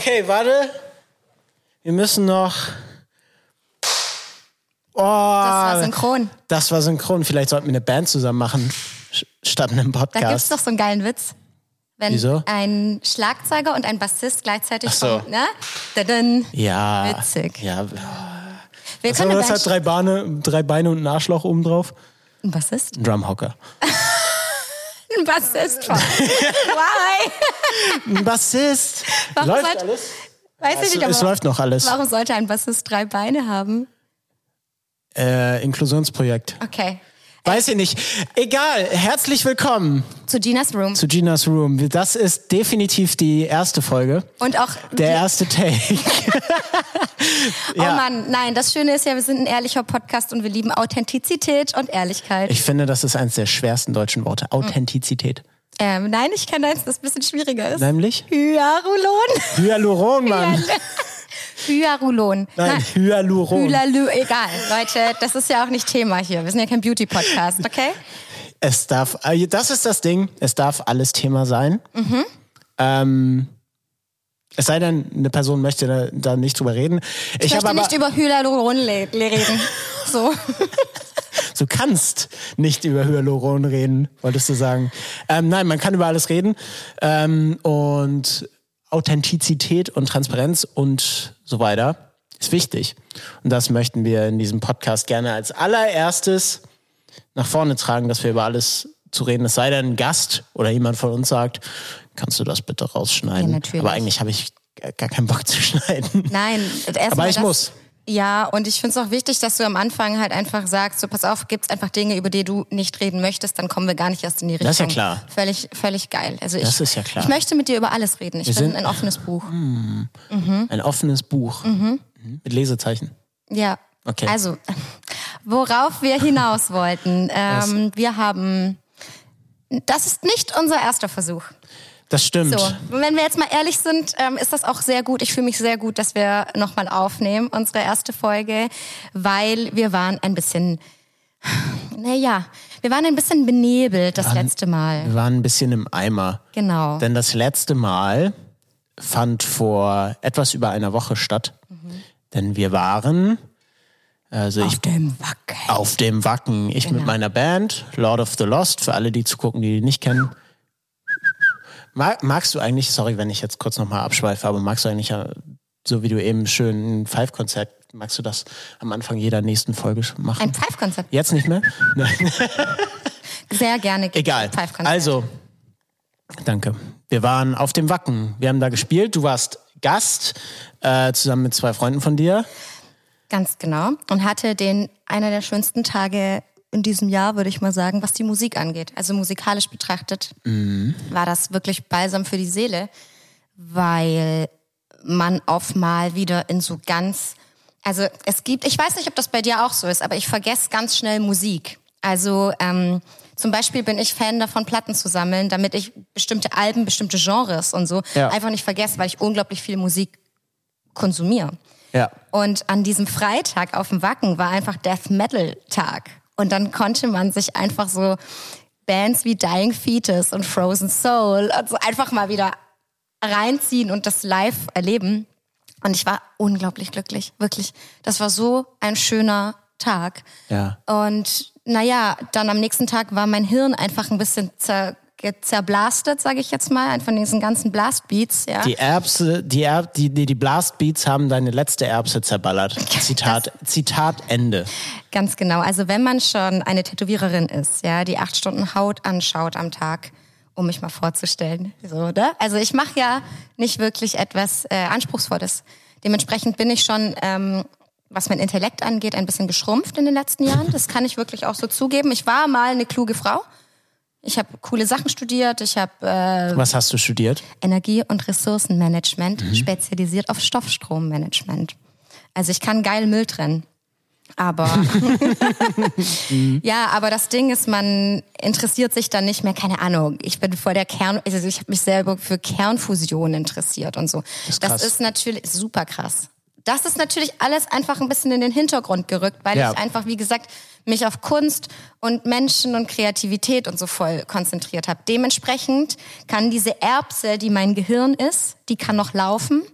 Okay, warte. Wir müssen noch... Oh, Das war synchron. Das war synchron. Vielleicht sollten wir eine Band zusammen machen, statt einem Podcast. Da gibt's doch so einen geilen Witz. Wenn Wieso? ein Schlagzeuger und ein Bassist gleichzeitig Ach so. kommen, ne? Dadun. Ja. Witzig. Ja. Wir So, können eine das hat Band... drei Beine und einen Arschloch oben drauf. Ein Bassist? Ein Drumhocker. Ein Bassist von. Why? Ein Bassist. Warum Läuft sollte- alles? Weiß ich nicht, aber Es läuft noch alles. warum sollte ein Bassist 3 Beine haben? Inklusionsprojekt. Okay. Weiß ich nicht. Egal. Herzlich willkommen Zu Ginas Room. zu Ginas Room. Das ist definitiv die erste Folge. Und auch... Der erste Take. Oh Mann, nein, das Schöne ist ja, wir sind ein ehrlicher Podcast und wir lieben Authentizität und Ehrlichkeit. Ich finde, das ist eines der schwersten deutschen Worte. Authentizität. Nein, ich kenne eins, das ein bisschen schwieriger ist. Nämlich? Hyaluron. Hyaluron, Mann. Hyaluron. Nein, Hyaluron. Egal, Leute, das ist ja auch nicht Thema hier. Wir sind ja kein Beauty-Podcast, okay? Es darf, das ist das Ding, es darf alles Thema sein. Es sei denn, eine Person möchte da nicht drüber reden. Ich möchte nicht über Hyaluron reden. So. Du kannst nicht über Hyaluron reden, wolltest du sagen. Nein, man kann über alles reden. Und Authentizität und Transparenz und so weiter ist wichtig. Und das möchten wir in diesem Podcast gerne als allererstes nach vorne tragen, dass wir über alles zu reden. Es sei denn, ein Gast oder jemand von uns sagt, kannst du das bitte rausschneiden? Ja, natürlich. Aber eigentlich habe ich gar keinen Bock zu schneiden. Nein, Aber ich muss. Ja, und ich finde es auch wichtig, dass du am Anfang halt einfach sagst, so pass auf, gibt's einfach Dinge, über die du nicht reden möchtest, dann kommen wir gar nicht erst in die Richtung. Das ist ja klar. Völlig geil. Also Das ist ja klar. Ich möchte mit dir über alles reden. Ich bin sind- ein offenes Buch. Ein offenes Buch. Mit Lesezeichen. Ja. Okay. Also, worauf wir hinaus wollten. Das ist nicht unser erster Versuch. Das stimmt. So, wenn wir jetzt mal ehrlich sind, ist das auch sehr gut. Ich fühle mich sehr gut, dass wir nochmal aufnehmen, unsere erste Folge, weil wir waren ein bisschen, benebelt das letzte Mal. Wir waren ein bisschen im Eimer. Genau. Denn das letzte Mal fand vor etwas über einer Woche statt. Denn wir waren auf dem Wacken. Ich mit meiner Band, Lord of the Lost, für alle, die zugucken, die nicht kennen. Magst du eigentlich, sorry, wenn ich jetzt kurz nochmal abschweife, aber magst du eigentlich, so wie du eben schön ein Five-Konzert, magst du das am Anfang jeder nächsten Folge machen? Ein Pfeifkonzept. Jetzt nicht mehr? Nein. Sehr gerne. Egal. Pfeifkonzert. Also, danke. Wir waren auf dem Wacken. Wir haben da gespielt. Du warst Gast, zusammen mit 2 Freunden von dir. Ganz genau. Und hatte einer der schönsten Tage in diesem Jahr, würde ich mal sagen, was die Musik angeht. Also musikalisch betrachtet war das wirklich Balsam für die Seele, weil man auf mal wieder in so ganz, also ich weiß nicht, ob das bei dir auch so ist, aber ich vergesse ganz schnell Musik. Also zum Beispiel bin ich Fan davon, Platten zu sammeln, damit ich bestimmte Alben, bestimmte Genres und so einfach nicht vergesse, weil ich unglaublich viel Musik konsumiere. Ja. Und an diesem Freitag auf dem Wacken war einfach Death Metal Tag. Und dann konnte man sich einfach so Bands wie Dying Fetus und Frozen Soul und so einfach mal wieder reinziehen und das live erleben. Und ich war unglaublich glücklich, wirklich. Das war so ein schöner Tag. Ja. Und dann am nächsten Tag war mein Hirn einfach ein bisschen zerblastet, sage ich jetzt mal, von diesen ganzen Blastbeats. Ja. Die Blastbeats haben deine letzte Erbse zerballert. Zitat Ende. Ganz genau. Also wenn man schon eine Tätowiererin ist, ja, die 8 Stunden Haut anschaut am Tag, um mich mal vorzustellen. So, oder? Also ich mache ja nicht wirklich etwas Anspruchsvolles. Dementsprechend bin ich schon, was mein Intellekt angeht, ein bisschen geschrumpft in den letzten Jahren. Das kann ich wirklich auch so zugeben. Ich war mal eine kluge Frau. Ich habe coole Sachen studiert. Was hast du studiert? Energie- und Ressourcenmanagement, spezialisiert auf Stoffstrommanagement. Also ich kann geil Müll trennen. Aber aber das Ding ist, man interessiert sich dann nicht mehr, keine Ahnung, ich bin vor der also ich habe mich selber für Kernfusion interessiert und so. Das ist natürlich super krass. Das ist natürlich alles einfach ein bisschen in den Hintergrund gerückt, weil ich einfach, wie gesagt, mich auf Kunst und Menschen und Kreativität und so voll konzentriert habe. Dementsprechend kann diese Erbse, die mein Gehirn ist, die kann noch laufen,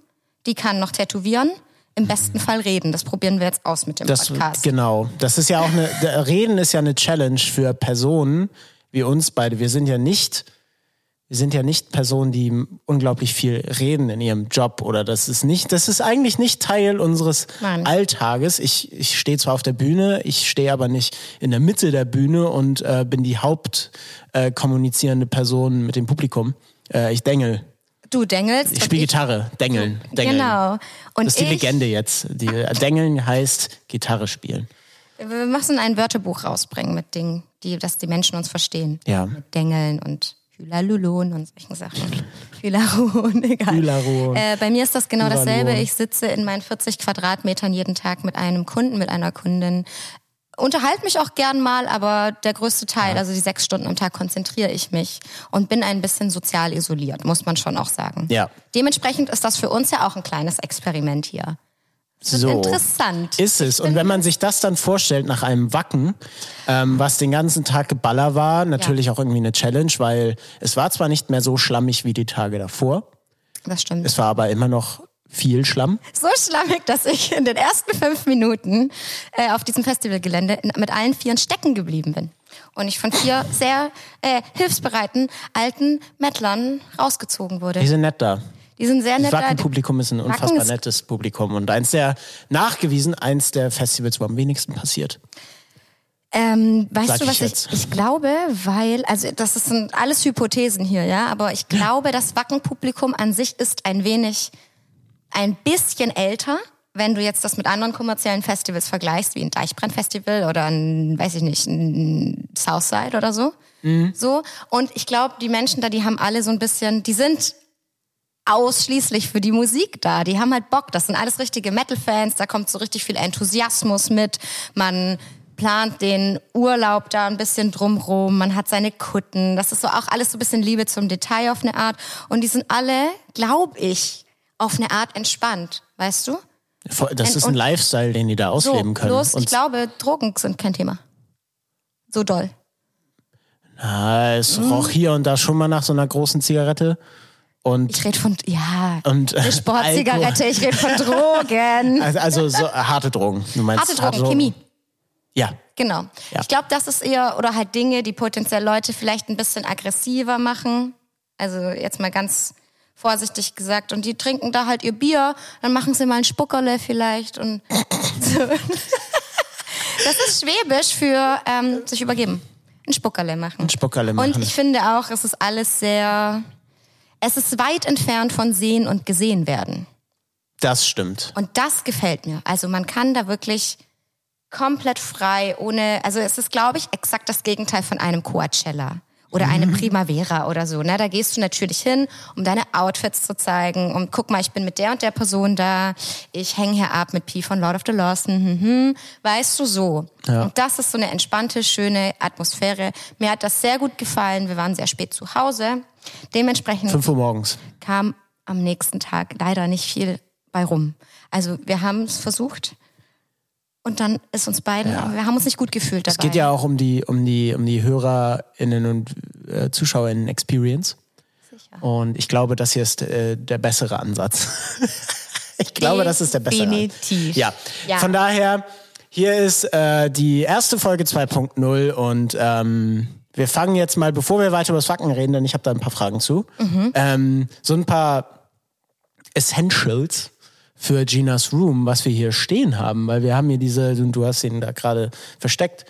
die kann noch tätowieren, im besten Fall reden. Das probieren wir jetzt aus mit dem Podcast. Genau, das ist ja auch Reden ist ja eine Challenge für Personen wie uns beide. Wir sind ja nicht Personen, die unglaublich viel reden in ihrem Job oder das ist eigentlich nicht Teil unseres Alltages. Ich stehe zwar auf der Bühne, ich stehe aber nicht in der Mitte der Bühne und bin die kommunizierende Person mit dem Publikum. Ich dengel. Du dengelst. Ich spiele Gitarre, dengeln. Genau. Und das ist die Legende jetzt. Dengeln heißt Gitarre spielen. Wir müssen ein Wörterbuch rausbringen mit Dingen, dass die Menschen uns verstehen. Ja. Mit Dengeln und Hülalulon und solchen Sachen. Hülaruon, egal. Hülaruon. Bei mir ist das genau Hülaruon. dasselbe. Ich sitze in meinen 40 Quadratmetern jeden Tag mit einem Kunden, mit einer Kundin. Unterhalte mich auch gern mal, aber der größte Teil, also die 6 Stunden am Tag, konzentriere ich mich und bin ein bisschen sozial isoliert, muss man schon auch sagen. Ja. Dementsprechend ist das für uns ja auch ein kleines Experiment hier. Das ist interessant. Ist es. Und wenn man sich das dann vorstellt nach einem Wacken, was den ganzen Tag Geballer war, natürlich auch irgendwie eine Challenge, weil es war zwar nicht mehr so schlammig wie die Tage davor. Das stimmt. Es war aber immer noch viel Schlamm. So schlammig, dass ich in den ersten 5 Minuten auf diesem Festivalgelände mit allen 4 stecken geblieben bin. Und ich von 4 sehr hilfsbereiten alten Mettlern rausgezogen wurde. Die sind nett da. Die sind sehr nett. Das Wacken-Publikum ist ein unfassbar nettes Publikum und eins der Festivals, wo am wenigsten passiert. Weißt du, was ich glaube, also das sind alles Hypothesen hier, ja, aber ich glaube, das Wacken-Publikum an sich ist ein bisschen älter, wenn du jetzt das mit anderen kommerziellen Festivals vergleichst, wie ein Deichbrand-Festival oder ein Southside oder so. So. Und ich glaube, die Menschen da, die haben alle so ein bisschen, die sind ausschließlich für die Musik da. Die haben halt Bock. Das sind alles richtige Metal-Fans. Da kommt so richtig viel Enthusiasmus mit. Man plant den Urlaub da ein bisschen drumrum. Man hat seine Kutten. Das ist so auch alles so ein bisschen Liebe zum Detail auf eine Art. Und die sind alle, glaube ich, auf eine Art entspannt. Weißt du? Das ist ein Lifestyle, den die da ausleben können. Bloß, ich glaube, Drogen sind kein Thema. So doll. Na, es roch hier und da schon mal nach so einer großen Zigarette. Und ich rede von, eine Sportzigarette, ich rede von Drogen. Also so harte Drogen. Du meinst harte Drogen, Chemie. Ja. Genau. Ja. Ich glaube, das ist eher, oder halt Dinge, die potenziell Leute vielleicht ein bisschen aggressiver machen. Also jetzt mal ganz vorsichtig gesagt. Und die trinken da halt ihr Bier, dann machen sie mal ein Spuckerle vielleicht. Und so. Das ist Schwäbisch für sich übergeben. Ein Spuckerle machen. Und ich finde auch, es ist weit entfernt von sehen und gesehen werden. Das stimmt. Und das gefällt mir. Also man kann da wirklich komplett frei, also es ist, glaube ich, exakt das Gegenteil von einem Coachella oder einem Primavera oder so. Ne? Da gehst du natürlich hin, um deine Outfits zu zeigen. Und guck mal, ich bin mit der und der Person da. Ich hänge hier ab mit Pi von Lord of the Lost. Weißt du, so. Ja. Und das ist so eine entspannte, schöne Atmosphäre. Mir hat das sehr gut gefallen. Wir waren sehr spät zu Hause. Dementsprechend 5 Uhr morgens. Kam am nächsten Tag leider nicht viel bei rum. Also wir haben es versucht. Und dann ist uns beiden, wir haben uns nicht gut gefühlt dabei. Es geht ja auch um die HörerInnen und ZuschauerInnen-Experience. Sicher. Und ich glaube, das hier ist der bessere Ansatz. Ich glaube, das ist der bessere Ansatz. Definitiv. Ja. Von daher, hier ist die erste Folge 2.0 und wir fangen jetzt mal, bevor wir weiter über das Wacken reden, denn ich habe da ein paar Fragen zu, so ein paar Essentials für Ginas Room, was wir hier stehen haben, weil wir haben hier du hast ihn da gerade versteckt,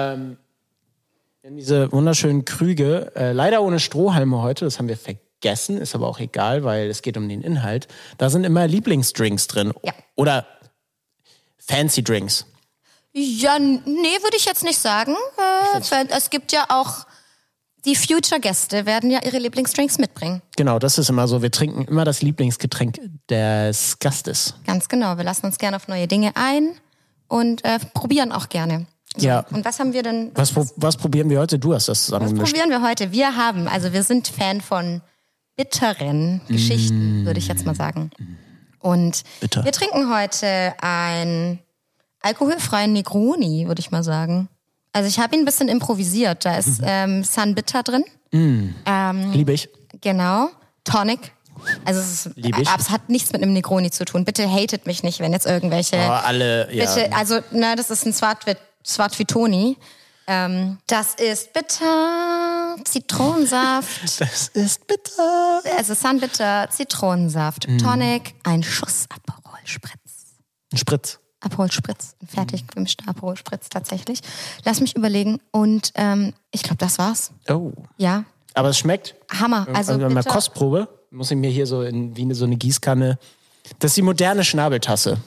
diese wunderschönen Krüge, leider ohne Strohhalme heute, das haben wir vergessen, ist aber auch egal, weil es geht um den Inhalt. Da sind immer Lieblingsdrinks drin. Ja. Oder Fancy Drinks. Ja, nee, würde ich jetzt nicht sagen. Es gibt ja auch, die Future-Gäste werden ja ihre Lieblingsdrinks mitbringen. Genau, das ist immer so. Wir trinken immer das Lieblingsgetränk des Gastes. Ganz genau. Wir lassen uns gerne auf neue Dinge ein und probieren auch gerne. So. Ja. Und was haben wir denn? Was probieren wir heute? Du hast das zusammengemischt. Was probieren wir heute? Wir sind Fan von bitteren Geschichten, würde ich jetzt mal sagen. Und Bitter. Wir trinken heute ein alkoholfreien Negroni, würde ich mal sagen. Also ich habe ihn ein bisschen improvisiert. Da ist San Bitter drin. Liebe ich. Genau. Tonic. Also es hat nichts mit einem Negroni zu tun. Bitte hatet mich nicht, wenn jetzt irgendwelche... alle, ja. Bitte, also, das ist ein Swartwitoni. Das ist bitter, Zitronensaft. Das ist bitter. Es ist Sunbitter, Zitronensaft, Tonic, ein Schuss Aperol Spritz. Ein Spritz. Aperol Spritz, ein fertig gemischter Aperol Spritz tatsächlich. Lass mich überlegen und ich glaube, das war's. Oh. Ja. Aber es schmeckt. Hammer. Also in der Kostprobe muss ich mir hier so wie so eine Gießkanne. Das ist die moderne Schnabeltasse.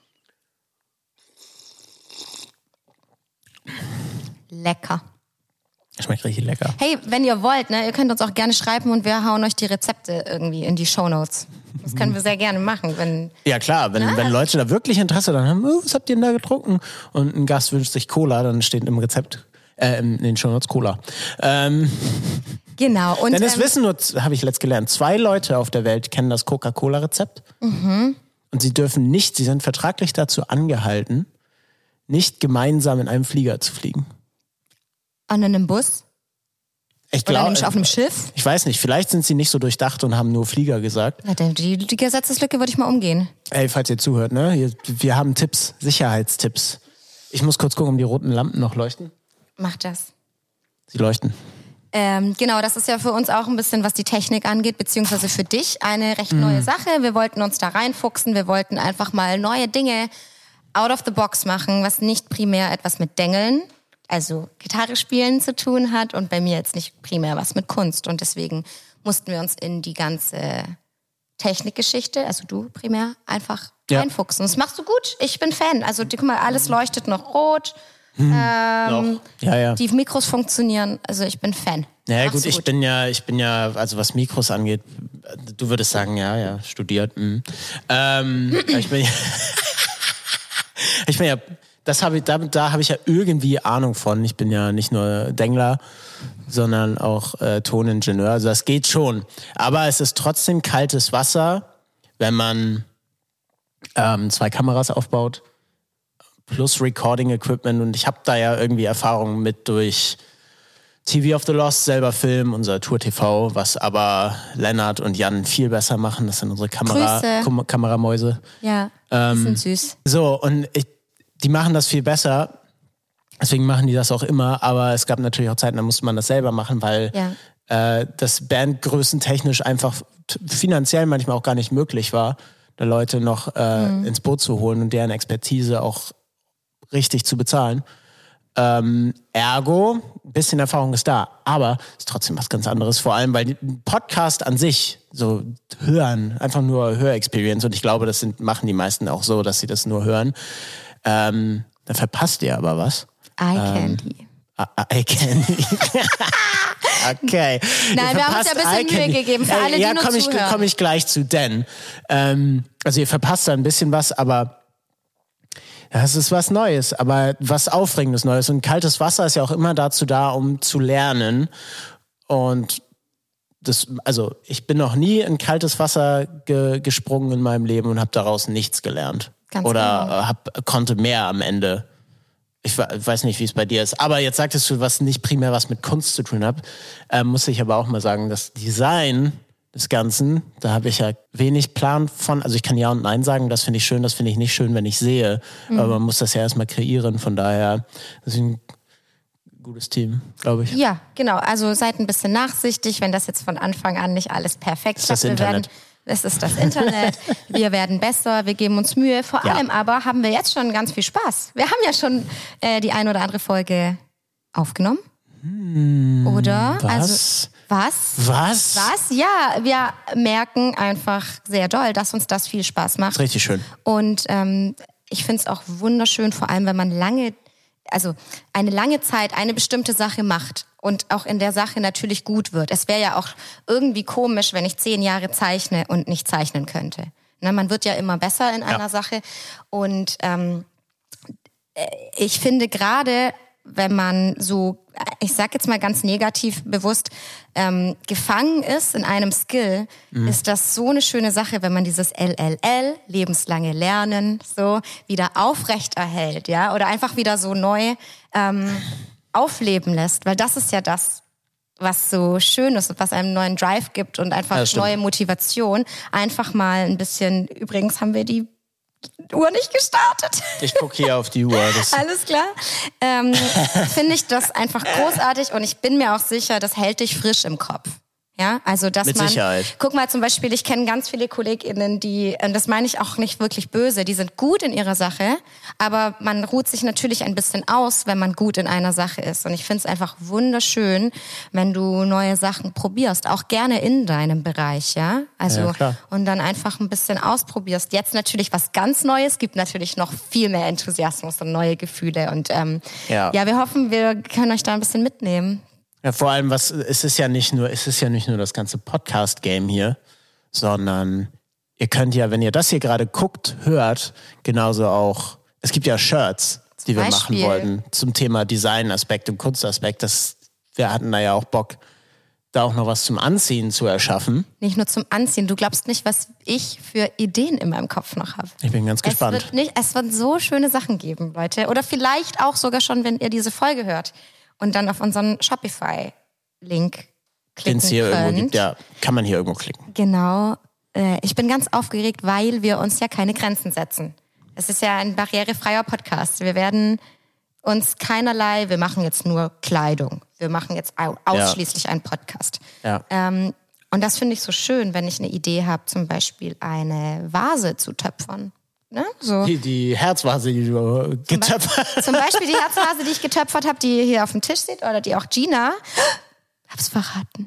Lecker. Schmeckt richtig lecker. Hey, wenn ihr wollt, ne, ihr könnt uns auch gerne schreiben und wir hauen euch die Rezepte irgendwie in die Shownotes. Das können wir sehr gerne machen. Wenn ja klar, wenn Leute da wirklich Interesse daran haben, was habt ihr denn da getrunken? Und ein Gast wünscht sich Cola, dann steht im Rezept, in den Shownotes Cola. Genau. Und, denn es wissen nur, habe ich letzt gelernt, 2 Leute auf der Welt kennen das Coca-Cola-Rezept. Und sie sind vertraglich dazu angehalten, nicht gemeinsam in einem Flieger zu fliegen. An einem Bus? Ich glaube, oder nämlich auf einem Schiff? Ich weiß nicht, vielleicht sind sie nicht so durchdacht und haben nur Flieger gesagt. Ja, die Gesetzeslücke würde ich mal umgehen. Ey, falls ihr zuhört, ne? Wir haben Tipps, Sicherheitstipps. Ich muss kurz gucken, ob die roten Lampen noch leuchten. Mach das. Sie leuchten. Genau, das ist ja für uns auch ein bisschen, was die Technik angeht, beziehungsweise für dich eine recht neue Sache. Wir wollten uns da reinfuchsen, wir wollten einfach mal neue Dinge out of the box machen, was nicht primär etwas mit Dengeln, also Gitarre spielen zu tun hat und bei mir jetzt nicht primär was mit Kunst. Und deswegen mussten wir uns in die ganze Technikgeschichte, also du primär, einfach reinfuchsen. Das machst du gut, ich bin Fan. Also guck mal, alles leuchtet noch rot. Die Mikros funktionieren, also ich bin Fan. Ja gut, ich bin ja, also was Mikros angeht, du würdest sagen, ja, studiert. Ich bin ja, da habe ich ja irgendwie Ahnung von. Ich bin ja nicht nur Dengler, sondern auch Toningenieur. Also das geht schon. Aber es ist trotzdem kaltes Wasser, wenn man 2 Kameras aufbaut plus Recording-Equipment. Und ich habe da ja irgendwie Erfahrung mit durch TV of the Lost, selber Film, unser Tour TV, was aber Lennart und Jan viel besser machen. Das sind unsere Kameramäuse. Ja, die sind süß. So, und die machen das viel besser. Deswegen machen die das auch immer. Aber es gab natürlich auch Zeiten, da musste man das selber machen, weil das bandgrößentechnisch einfach finanziell manchmal auch gar nicht möglich war, da Leute noch ins Boot zu holen und deren Expertise auch richtig zu bezahlen. Ergo, ein bisschen Erfahrung ist da, aber ist trotzdem was ganz anderes. Vor allem, weil ein Podcast an sich, so hören, einfach nur Hörexperience, und ich glaube, das machen die meisten auch so, dass sie das nur hören. Dann verpasst ihr aber was. Eye Candy. Eye Candy. Okay. Nein, wir haben uns ja ein bisschen Mühe gegeben für alle, die nur zuhören. Komme ich gleich zu, denn also ihr verpasst da ein bisschen was, aber es ist was Neues, aber was Aufregendes Neues. Und kaltes Wasser ist ja auch immer dazu da, um zu lernen. Und also ich bin noch nie in kaltes Wasser gesprungen in meinem Leben und habe daraus nichts gelernt. Ganz oder konnte mehr am Ende. Ich weiß nicht, wie es bei dir ist. Aber jetzt sagtest du, was nicht primär was mit Kunst zu tun hat. Muss ich aber auch mal sagen, das Design des Ganzen, da habe ich ja wenig Plan von. Also ich kann ja und nein sagen, das finde ich schön, das finde ich nicht schön, wenn ich sehe. Aber man muss das ja erstmal kreieren. Von daher, das ist ein gutes Team, glaube ich. Ja, genau. Also seid ein bisschen nachsichtig, wenn das jetzt von Anfang an nicht alles perfekt ist. Das Internet. Es ist das Internet. Wir werden besser, wir geben uns Mühe. Vor allem aber haben wir jetzt schon ganz viel Spaß. Wir haben ja schon die ein oder andere Folge aufgenommen. Oder? Was? Also, was? Ja, wir merken einfach sehr doll, dass uns das viel Spaß macht. Das ist richtig schön. Und ich finde es auch wunderschön, vor allem, wenn man eine lange Zeit eine bestimmte Sache macht und auch in der Sache natürlich gut wird. Es wäre ja auch irgendwie komisch, wenn ich 10 Jahre zeichne und nicht zeichnen könnte. Ne, man wird ja immer besser in einer Sache. Und ich finde gerade, wenn man so, ich sag jetzt mal ganz negativ bewusst, gefangen ist in einem Skill, ist das so eine schöne Sache, wenn man dieses LLL, lebenslange Lernen, so wieder aufrechterhält, ja, oder einfach wieder so neu aufleben lässt, weil das ist ja das, was so schön ist und was einem einen neuen Drive gibt und einfach neue Motivation. Einfach mal ein bisschen, übrigens haben wir die Uhr nicht gestartet. Ich gucke hier auf die Uhr. Alles klar. Finde ich das einfach großartig und ich bin mir auch sicher, das hält dich frisch im Kopf. Ja, also dass Mit man, Sicherheit. Guck mal zum Beispiel, ich kenne ganz viele KollegInnen, die, das meine ich auch nicht wirklich böse, die sind gut in ihrer Sache, aber man ruht sich natürlich ein bisschen aus, wenn man gut in einer Sache ist. Und ich finde es einfach wunderschön, wenn du neue Sachen probierst, auch gerne in deinem Bereich, ja. Also und dann einfach ein bisschen ausprobierst. Jetzt natürlich was ganz Neues, gibt natürlich noch viel mehr Enthusiasmus und neue Gefühle. Und wir hoffen, wir können euch da ein bisschen mitnehmen. Ja, vor allem, es ist ja nicht nur das ganze Podcast-Game hier, sondern ihr könnt ja, wenn ihr das hier gerade guckt, hört, genauso auch, es gibt ja Shirts, die wir machen wollten zum Thema Design-Aspekt und Kunstaspekt. Wir hatten da ja auch Bock, da auch noch was zum Anziehen zu erschaffen. Nicht nur zum Anziehen, du glaubst nicht, was ich für Ideen in meinem Kopf noch habe. Ich bin ganz gespannt. Es wird so schöne Sachen geben, Leute. Oder vielleicht auch sogar schon, wenn ihr diese Folge hört. Und dann auf unseren Shopify-Link klicken den es hier irgendwo gibt, ja, kann man hier irgendwo klicken. Genau. Ich bin ganz aufgeregt, weil wir uns ja keine Grenzen setzen. Es ist ja ein barrierefreier Podcast. Wir werden uns wir machen jetzt nur Kleidung. Wir machen jetzt ausschließlich einen Podcast. Ja. Und das finde ich so schön, wenn ich eine Idee habe, zum Beispiel eine Vase zu töpfern. Ne? So. Die Herzvase, die du getöpfert hast. Zum Beispiel die Herzvase, die ich getöpfert habe, die hier auf dem Tisch steht, oder die auch Gina, hab's verraten,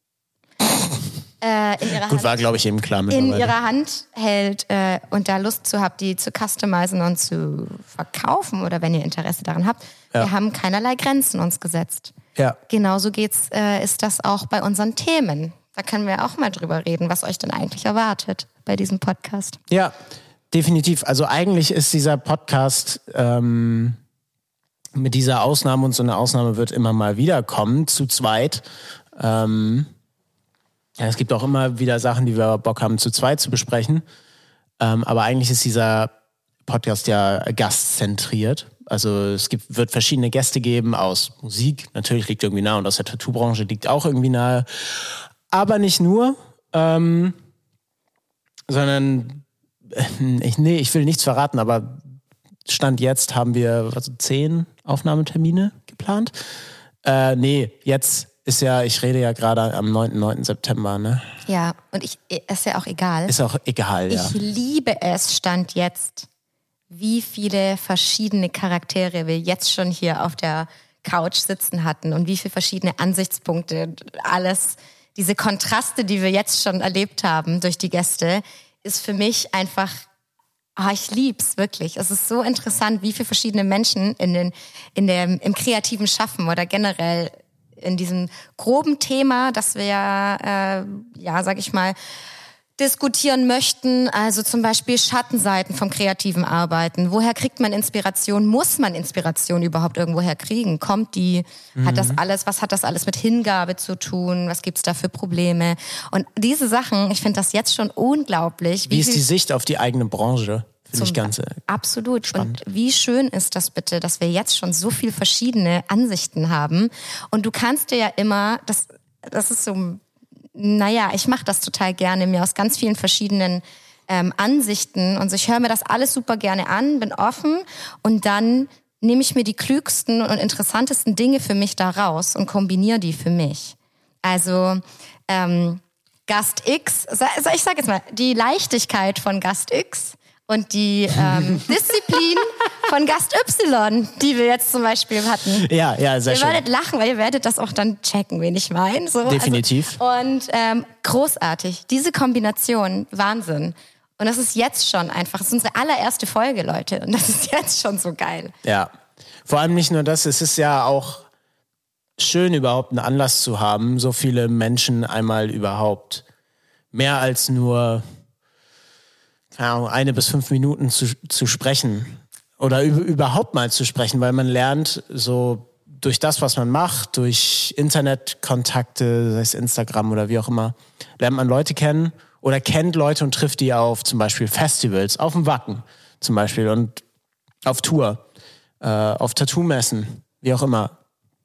in ihrer Gut, war glaube ich eben klar in ihrer Hand hält und da Lust zu habt, die zu customizen und zu verkaufen oder wenn ihr Interesse daran habt. Wir haben keinerlei Grenzen uns gesetzt. Ja. Genauso ist das auch bei unseren Themen. Da können wir auch mal drüber reden, was euch denn eigentlich erwartet bei diesem Podcast. Ja, definitiv. Also eigentlich ist dieser Podcast mit dieser Ausnahme, und so eine Ausnahme wird immer mal wieder kommen, zu zweit. Es gibt auch immer wieder Sachen, die wir Bock haben, zu zweit zu besprechen. Aber eigentlich ist dieser Podcast ja gastzentriert. Also wird verschiedene Gäste geben aus Musik. Natürlich liegt irgendwie nahe und aus der Tattoo-Branche liegt auch irgendwie nahe. Aber nicht nur, sondern ich will nichts verraten, aber Stand jetzt haben wir 10 Aufnahmetermine geplant. Jetzt ist ja, ich rede ja gerade am 9. September, ne? Ja, und ist ja auch egal. Ist auch egal, ja. Ich liebe es, Stand jetzt, wie viele verschiedene Charaktere wir jetzt schon hier auf der Couch sitzen hatten und wie viele verschiedene Ansichtspunkte, alles, diese Kontraste, die wir jetzt schon erlebt haben durch die Gäste, ist für mich einfach, ich lieb's wirklich. Es ist so interessant, wie viele verschiedene Menschen im kreativen Schaffen oder generell in diesem groben Thema, das wir sag ich mal, diskutieren möchten, also zum Beispiel Schattenseiten vom kreativen Arbeiten. Woher kriegt man Inspiration? Muss man Inspiration überhaupt irgendwoher kriegen? Kommt die? Was hat das alles mit Hingabe zu tun? Was gibt's da für Probleme? Und diese Sachen, ich finde das jetzt schon unglaublich. Wie ist die Sicht auf die eigene Branche? Finde ich ganz absolut spannend. Und wie schön ist das bitte, dass wir jetzt schon so viele verschiedene Ansichten haben. Und du kannst dir ja immer, das ist so, ich mache das total gerne, mir aus ganz vielen verschiedenen Ansichten und so. Ich höre mir das alles super gerne an, bin offen und dann nehme ich mir die klügsten und interessantesten Dinge für mich da raus und kombiniere die für mich. Also Gast X, ich sag jetzt mal, die Leichtigkeit von Gast X und die Disziplin von Gast Y, die wir jetzt zum Beispiel hatten. Ja, sehr schön. Ihr werdet lachen, weil ihr werdet das auch dann checken, wen ich meine. So, definitiv. Und großartig. Diese Kombination, Wahnsinn. Und das ist jetzt schon einfach, das ist unsere allererste Folge, Leute. Und das ist jetzt schon so geil. Ja, vor allem nicht nur das, es ist ja auch schön, überhaupt einen Anlass zu haben, so viele Menschen einmal überhaupt mehr als nur 1 bis 5 Minuten zu sprechen oder überhaupt mal zu sprechen, weil man lernt so durch das, was man macht, durch Internetkontakte, sei es Instagram oder wie auch immer, lernt man Leute kennen oder kennt Leute und trifft die auf zum Beispiel Festivals, auf dem Wacken zum Beispiel und auf Tour, auf Tattoo-Messen, wie auch immer.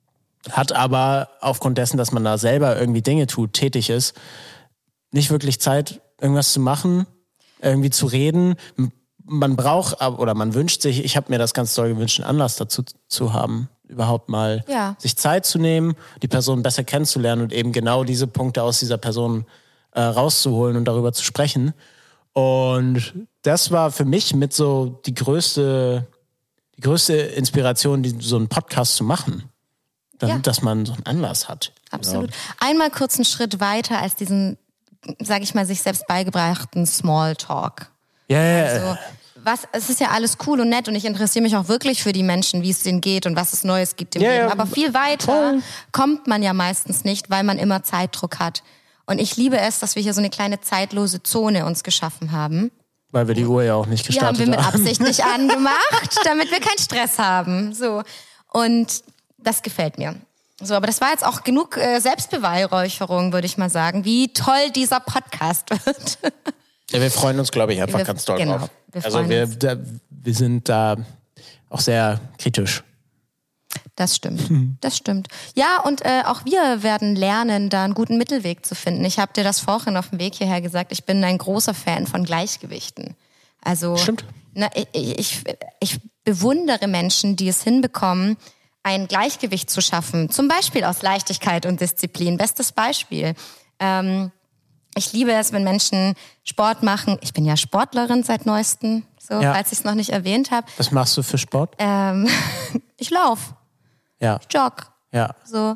hat aber aufgrund dessen, dass man da selber irgendwie Dinge tut, tätig ist, nicht wirklich Zeit, irgendwas zu machen, irgendwie zu reden. Man braucht oder man wünscht sich, ich habe mir das ganz doll gewünscht, einen Anlass dazu zu haben, überhaupt mal sich Zeit zu nehmen, die Person besser kennenzulernen und eben genau diese Punkte aus dieser Person rauszuholen und darüber zu sprechen. Und das war für mich mit so die größte Inspiration, so einen Podcast zu machen. Dass man so einen Anlass hat. Absolut. Genau. Einmal kurz einen Schritt weiter als diesen, sag ich mal, sich selbst beigebrachten Smalltalk. Ja. Also, es ist ja alles cool und nett und ich interessiere mich auch wirklich für die Menschen, wie es denen geht und was es Neues gibt im Leben. Aber viel weiter kommt man ja meistens nicht, weil man immer Zeitdruck hat. Und ich liebe es, dass wir hier so eine kleine zeitlose Zone uns geschaffen haben. Weil wir die Uhr ja auch nicht gestartet haben. Die haben wir mit Absicht nicht angemacht, damit wir keinen Stress haben. So. Und das gefällt mir. So, aber das war jetzt auch genug Selbstbeweihräucherung, würde ich mal sagen, wie toll dieser Podcast wird. Ja, wir freuen uns, glaube ich, einfach ganz doll drauf. Wir sind da auch sehr kritisch. Das stimmt, das stimmt. Ja, und auch wir werden lernen, da einen guten Mittelweg zu finden. Ich habe dir das vorhin auf dem Weg hierher gesagt, ich bin ein großer Fan von Gleichgewichten. Also, stimmt. Ich bewundere Menschen, die es hinbekommen, ein Gleichgewicht zu schaffen. Zum Beispiel aus Leichtigkeit und Disziplin. Bestes Beispiel. Ich liebe es, wenn Menschen Sport machen. Ich bin ja Sportlerin seit Neuestem, falls ich es noch nicht erwähnt habe. Was machst du für Sport? Ich laufe. Ja. Ich jogge. Ja. So.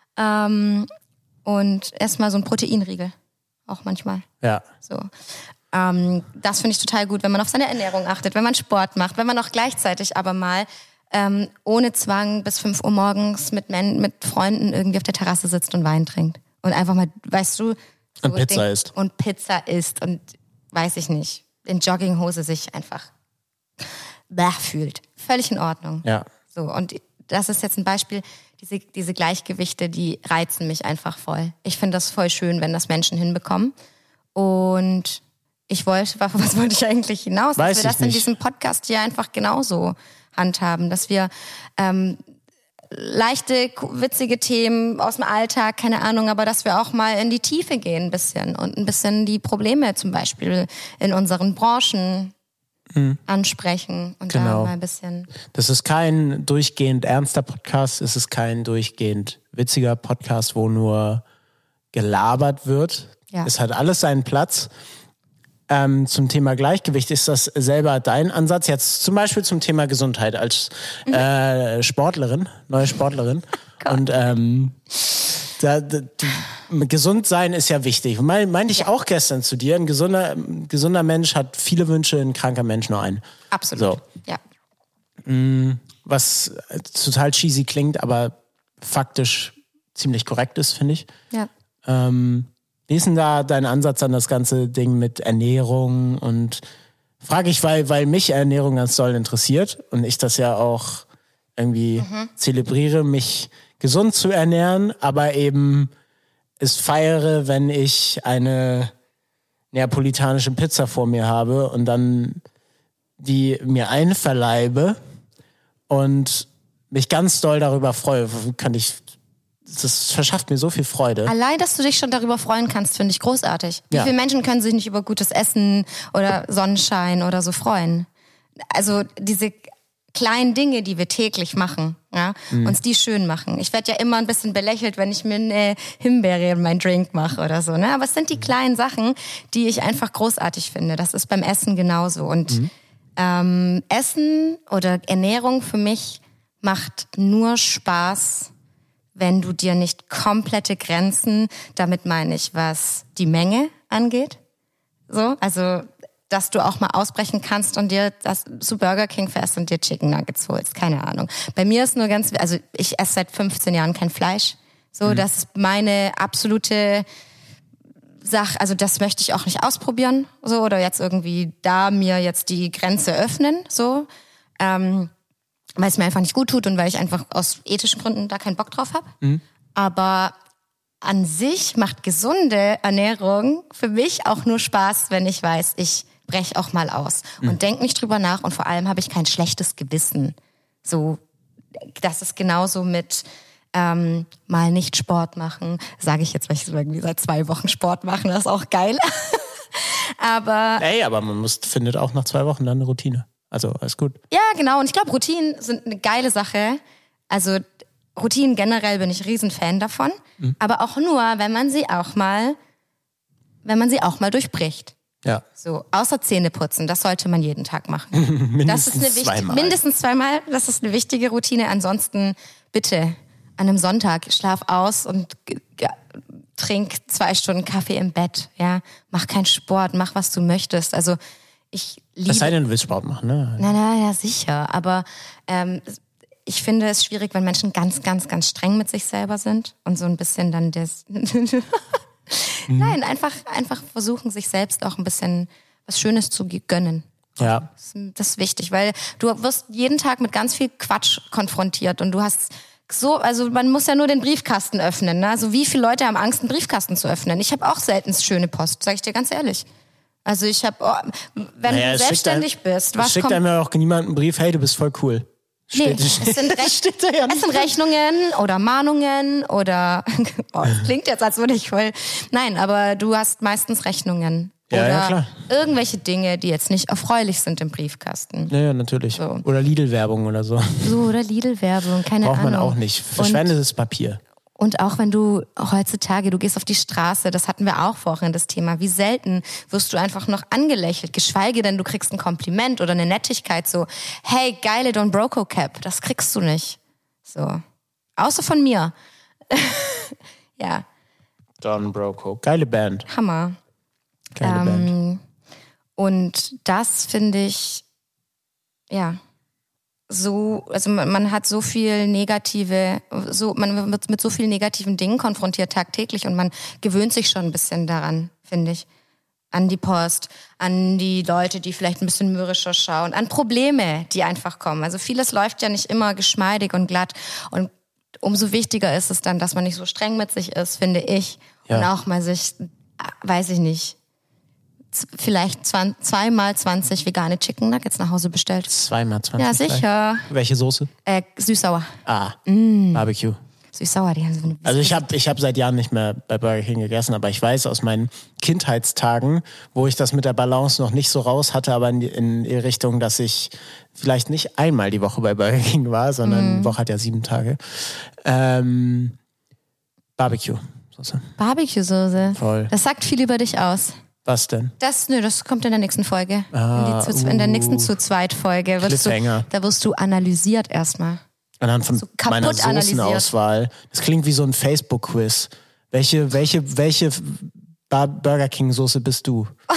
Und erstmal so ein Proteinriegel. Auch manchmal. Ja. So. Das finde ich total gut, wenn man auf seine Ernährung achtet, wenn man Sport macht, wenn man auch gleichzeitig aber mal ohne Zwang bis 5 Uhr morgens mit Freunden irgendwie auf der Terrasse sitzt und Wein trinkt. Und einfach mal, weißt du... So und Pizza isst. Und Pizza isst und, weiß ich nicht, in Jogginghose sich einfach fühlt. Völlig in Ordnung. Ja. So, und das ist jetzt ein Beispiel, diese Gleichgewichte, die reizen mich einfach voll. Ich finde das voll schön, wenn das Menschen hinbekommen. Und was wollte ich eigentlich hinaus? Dass wir das in diesem Podcast hier einfach genauso handhaben, dass wir leichte, witzige Themen aus dem Alltag, keine Ahnung, aber dass wir auch mal in die Tiefe gehen ein bisschen und ein bisschen die Probleme zum Beispiel in unseren Branchen ansprechen und da mal ein bisschen... Das ist kein durchgehend ernster Podcast, es ist kein durchgehend witziger Podcast, wo nur gelabert wird. Ja. Es hat alles seinen Platz. Zum Thema Gleichgewicht, ist das selber dein Ansatz? Jetzt zum Beispiel zum Thema Gesundheit als Sportlerin, neue Sportlerin. Und gesund sein ist ja wichtig. Meinte ich auch gestern zu dir, ein gesunder Mensch hat viele Wünsche, ein kranker Mensch nur einen. Absolut, so. Ja. Was total cheesy klingt, aber faktisch ziemlich korrekt ist, finde ich. Ja. Wie ist denn da dein Ansatz an das ganze Ding mit Ernährung? Und frage ich, weil mich Ernährung ganz doll interessiert und ich das ja auch irgendwie zelebriere, mich gesund zu ernähren, aber eben es feiere, wenn ich eine neapolitanische Pizza vor mir habe und dann die mir einverleibe und mich ganz doll darüber freue. Das verschafft mir so viel Freude. Allein, dass du dich schon darüber freuen kannst, finde ich großartig. Wie viele Menschen können sich nicht über gutes Essen oder Sonnenschein oder so freuen? Also diese kleinen Dinge, die wir täglich machen, uns die schön machen. Ich werde ja immer ein bisschen belächelt, wenn ich mir eine Himbeere in meinen Drink mache oder so. Ne? Aber es sind die kleinen Sachen, die ich einfach großartig finde. Das ist beim Essen genauso. Und Essen oder Ernährung für mich macht nur Spaß, wenn du dir nicht komplette Grenzen, damit meine ich, was die Menge angeht, so, also, dass du auch mal ausbrechen kannst und dir zu Burger King fährst und dir Chicken Nuggets holst, keine Ahnung. Bei mir ist nur ich esse seit 15 Jahren kein Fleisch, so, das ist meine absolute Sache, also das möchte ich auch nicht ausprobieren, so, oder jetzt irgendwie da mir jetzt die Grenze öffnen, so, weil es mir einfach nicht gut tut und weil ich einfach aus ethischen Gründen da keinen Bock drauf habe. Aber an sich macht gesunde Ernährung für mich auch nur Spaß, wenn ich weiß, ich breche auch mal aus und denke nicht drüber nach und vor allem habe ich kein schlechtes Gewissen. So, das ist genauso mit mal nicht Sport machen. Sage ich jetzt, weil ich irgendwie seit 2 Wochen Sport machen, das ist auch geil. Aber man findet auch nach 2 Wochen dann eine Routine. Also alles gut. ja, genau. Und ich glaube, Routinen sind eine geile Sache. Also Routinen generell bin ich riesen Fan davon. Aber auch nur, wenn man sie auch mal durchbricht. Ja. So, außer Zähne putzen, das sollte man jeden Tag machen. Zweimal. Mindestens zweimal, das ist eine wichtige Routine. Ansonsten bitte an einem Sonntag schlaf aus und trink 2 Stunden Kaffee im Bett. Ja, mach keinen Sport, mach was du möchtest. Also ich liebe. Es sei denn, du willst Sport machen, ne? Ja, sicher. Aber ich finde es schwierig, wenn Menschen ganz, ganz, ganz streng mit sich selber sind und so ein bisschen dann das. Nein, einfach versuchen, sich selbst auch ein bisschen was Schönes zu gönnen. Ja. Das ist wichtig, weil du wirst jeden Tag mit ganz viel Quatsch konfrontiert und du hast also man muss ja nur den Briefkasten öffnen. Ne? Also wie viele Leute haben Angst, einen Briefkasten zu öffnen? Ich habe auch selten schöne Post, sage ich dir ganz ehrlich. Also ich habe, wenn du selbstständig bist, was schickt einem ja auch niemand einen Brief, hey, du bist voll cool. Es sind Rechnungen oder Mahnungen oder das klingt jetzt, als würde ich voll. Nein, aber du hast meistens Rechnungen. Oder klar. Irgendwelche Dinge, die jetzt nicht erfreulich sind im Briefkasten. Ja, natürlich. So. Oder Lidl-Werbung oder so. Oder Lidl-Werbung, keine Ahnung. Braucht man auch nicht. Verschwendetes Papier. Und auch wenn du heutzutage, du gehst auf die Straße, das hatten wir auch vorhin das Thema, wie selten wirst du einfach noch angelächelt, geschweige denn du kriegst ein Kompliment oder eine Nettigkeit, so, hey, geile Don Broco Cap, das kriegst du nicht. So. Außer von mir. Ja. Don Broco. Geile Band. Hammer. Geile Band. Und das finde ich, ja, so, also man hat so viel man wird mit so vielen negativen Dingen konfrontiert tagtäglich und man gewöhnt sich schon ein bisschen daran, finde ich. An die Post, an die Leute, die vielleicht ein bisschen mürrischer schauen, an Probleme, die einfach kommen. Also vieles läuft ja nicht immer geschmeidig und glatt und umso wichtiger ist es dann, dass man nicht so streng mit sich ist, finde ich. Ja. Und auch mal sich, weiß ich nicht, vielleicht 2x20 vegane Chicken Nuggets nach Hause bestellt. 2x20? Ja, sicher. Welche Soße? Süß-sauer. Barbecue. Süß-sauer, die haben so eine... Also ich hab seit Jahren nicht mehr bei Burger King gegessen, aber ich weiß aus meinen Kindheitstagen, wo ich das mit der Balance noch nicht so raus hatte, aber in die Richtung, dass ich vielleicht nicht einmal die Woche bei Burger King war, sondern die Woche hat ja 7 Tage. Barbecue-Soße. Barbecue-Soße? Voll. Das sagt viel über dich aus. Was denn? Das kommt in der nächsten Folge. In der nächsten Zu-Zweit-Folge. Da wirst du analysiert erstmal. Anhand von meiner Soßenauswahl. Das klingt wie so ein Facebook-Quiz. Welche Burger King-Soße bist du? Oh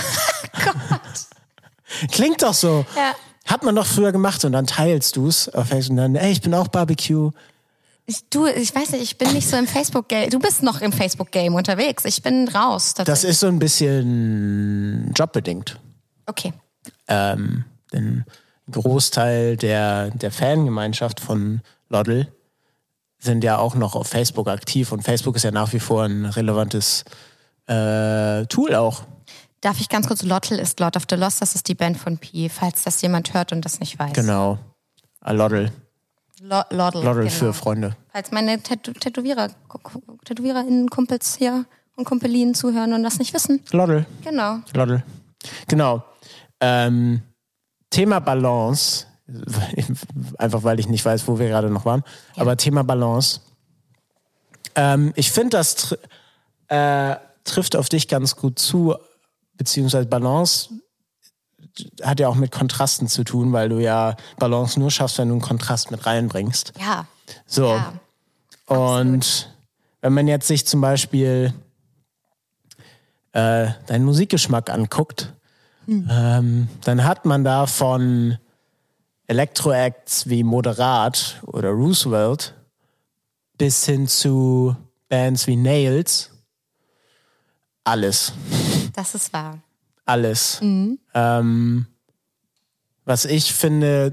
Gott. Klingt doch so. Ja. Hat man doch früher gemacht und dann teilst du es auf Facebook und dann, ich bin auch Barbecue. Ich weiß nicht, ich bin nicht so im Facebook-Game. Du bist noch im Facebook-Game unterwegs. Ich bin raus. Das ist so ein bisschen jobbedingt. Okay. Denn Großteil der Fangemeinschaft von Loddl sind ja auch noch auf Facebook aktiv und Facebook ist ja nach wie vor ein relevantes Tool auch. Darf ich ganz kurz, Loddl ist Lord of the Lost, das ist die Band von Pi, falls das jemand hört und das nicht weiß. Genau. Loddl. Loddl genau. Für Freunde. Falls meine TätowiererInnen-Kumpels hier und Kumpelinen zuhören und das nicht wissen. Loddl. Genau. Loddl. Genau. Thema Balance, einfach weil ich nicht weiß, wo wir gerade noch waren, aber Thema Balance. Ich finde, das trifft auf dich ganz gut zu, beziehungsweise Balance hat ja auch mit Kontrasten zu tun, weil du ja Balance nur schaffst, wenn du einen Kontrast mit reinbringst. Ja. So. Ja, und wenn man jetzt sich zum Beispiel deinen Musikgeschmack anguckt, dann hat man da von Elektro-Acts wie Moderat oder Roosevelt bis hin zu Bands wie Nails alles. Das ist wahr. Alles. Was ich finde,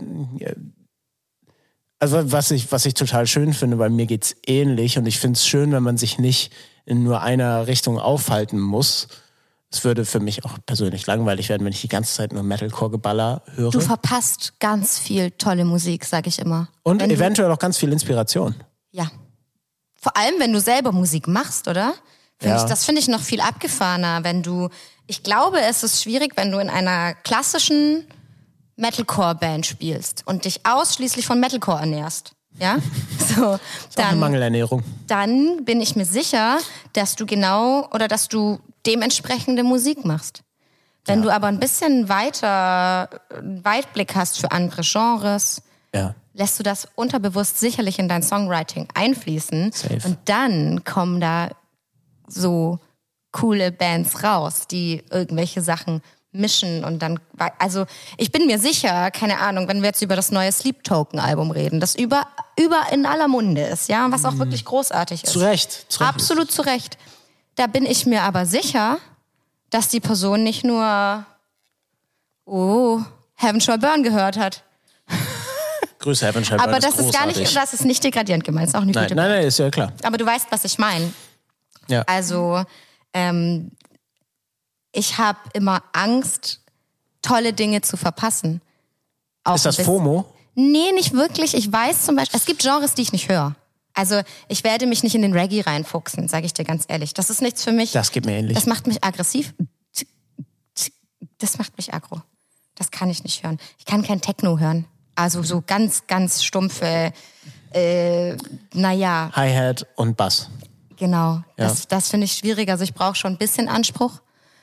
also was ich total schön finde, weil mir geht's ähnlich und ich finde es schön, wenn man sich nicht in nur einer Richtung aufhalten muss. Es würde für mich auch persönlich langweilig werden, wenn ich die ganze Zeit nur Metalcore-Geballer höre. Du verpasst ganz viel tolle Musik, sag ich immer. Und eventuell auch ganz viel Inspiration. Ja. Vor allem, wenn du selber Musik machst, oder? Das finde ich noch viel abgefahrener, ich glaube, es ist schwierig, wenn du in einer klassischen Metalcore-Band spielst und dich ausschließlich von Metalcore ernährst. Ja? So, ist auch eine Mangelernährung. Dann bin ich mir sicher, dass du dementsprechende Musik machst. Wenn du aber ein bisschen Weitblick hast für andere Genres, lässt du das unterbewusst sicherlich in dein Songwriting einfließen. Safe. Und dann kommen da so coole Bands raus, die irgendwelche Sachen mischen und dann, also ich bin mir sicher, keine Ahnung, wenn wir jetzt über das neue Sleep Token Album reden, das über in aller Munde ist, ja, was auch wirklich großartig ist. Zu Recht. Absolut zu Recht. Da bin ich mir aber sicher, dass die Person nicht nur Heaven Shall Burn gehört hat. Grüße Heaven Shall Burn. Aber das ist nicht degradierend gemeint, ist auch eine gute Band. Nein, ist ja klar. Aber du weißt, was ich meine. Ja. Also, ich habe immer Angst, tolle Dinge zu verpassen. Auch ist das FOMO? Nee, nicht wirklich. Ich weiß zum Beispiel, es gibt Genres, die ich nicht höre. Also ich werde mich nicht in den Reggae reinfuchsen, sage ich dir ganz ehrlich. Das ist nichts für mich. Das geht mir ähnlich. Das macht mich aggressiv. Das macht mich aggro. Das kann ich nicht hören. Ich kann kein Techno hören. Also so ganz, ganz stumpfe, Hi-Hat und Bass. Genau. Ja. Das finde ich schwierig. Also ich brauche schon ein bisschen Anspruch.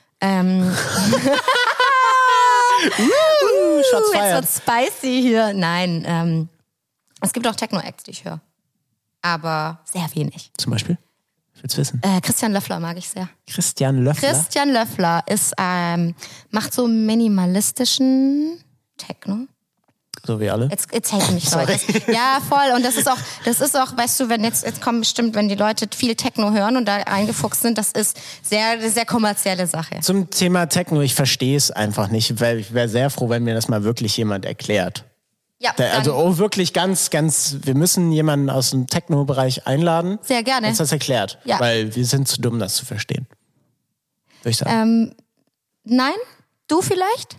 Shots Jetzt fired. wird spicy hier. Nein, es gibt auch Techno-Acts, die ich höre. Aber sehr wenig. Zum Beispiel? Ich will's wissen. Christian Löffler mag ich sehr. Christian Löffler? Christian Löffler macht so minimalistischen Techno. So wie alle. Jetzt hate mich Leute. Ja, voll. Und das ist auch, weißt du, wenn jetzt kommen bestimmt, wenn die Leute viel Techno hören und da eingefuchst sind, das ist sehr kommerzielle Sache. Zum Thema Techno, ich verstehe es einfach nicht, weil ich wäre sehr froh, wenn mir das mal wirklich jemand erklärt. Ja, Wirklich ganz, wir müssen jemanden aus dem Techno-Bereich einladen. Sehr gerne. Der uns das erklärt. Ja. Weil wir sind zu dumm, das zu verstehen. Würde ich sagen. Nein? Du vielleicht?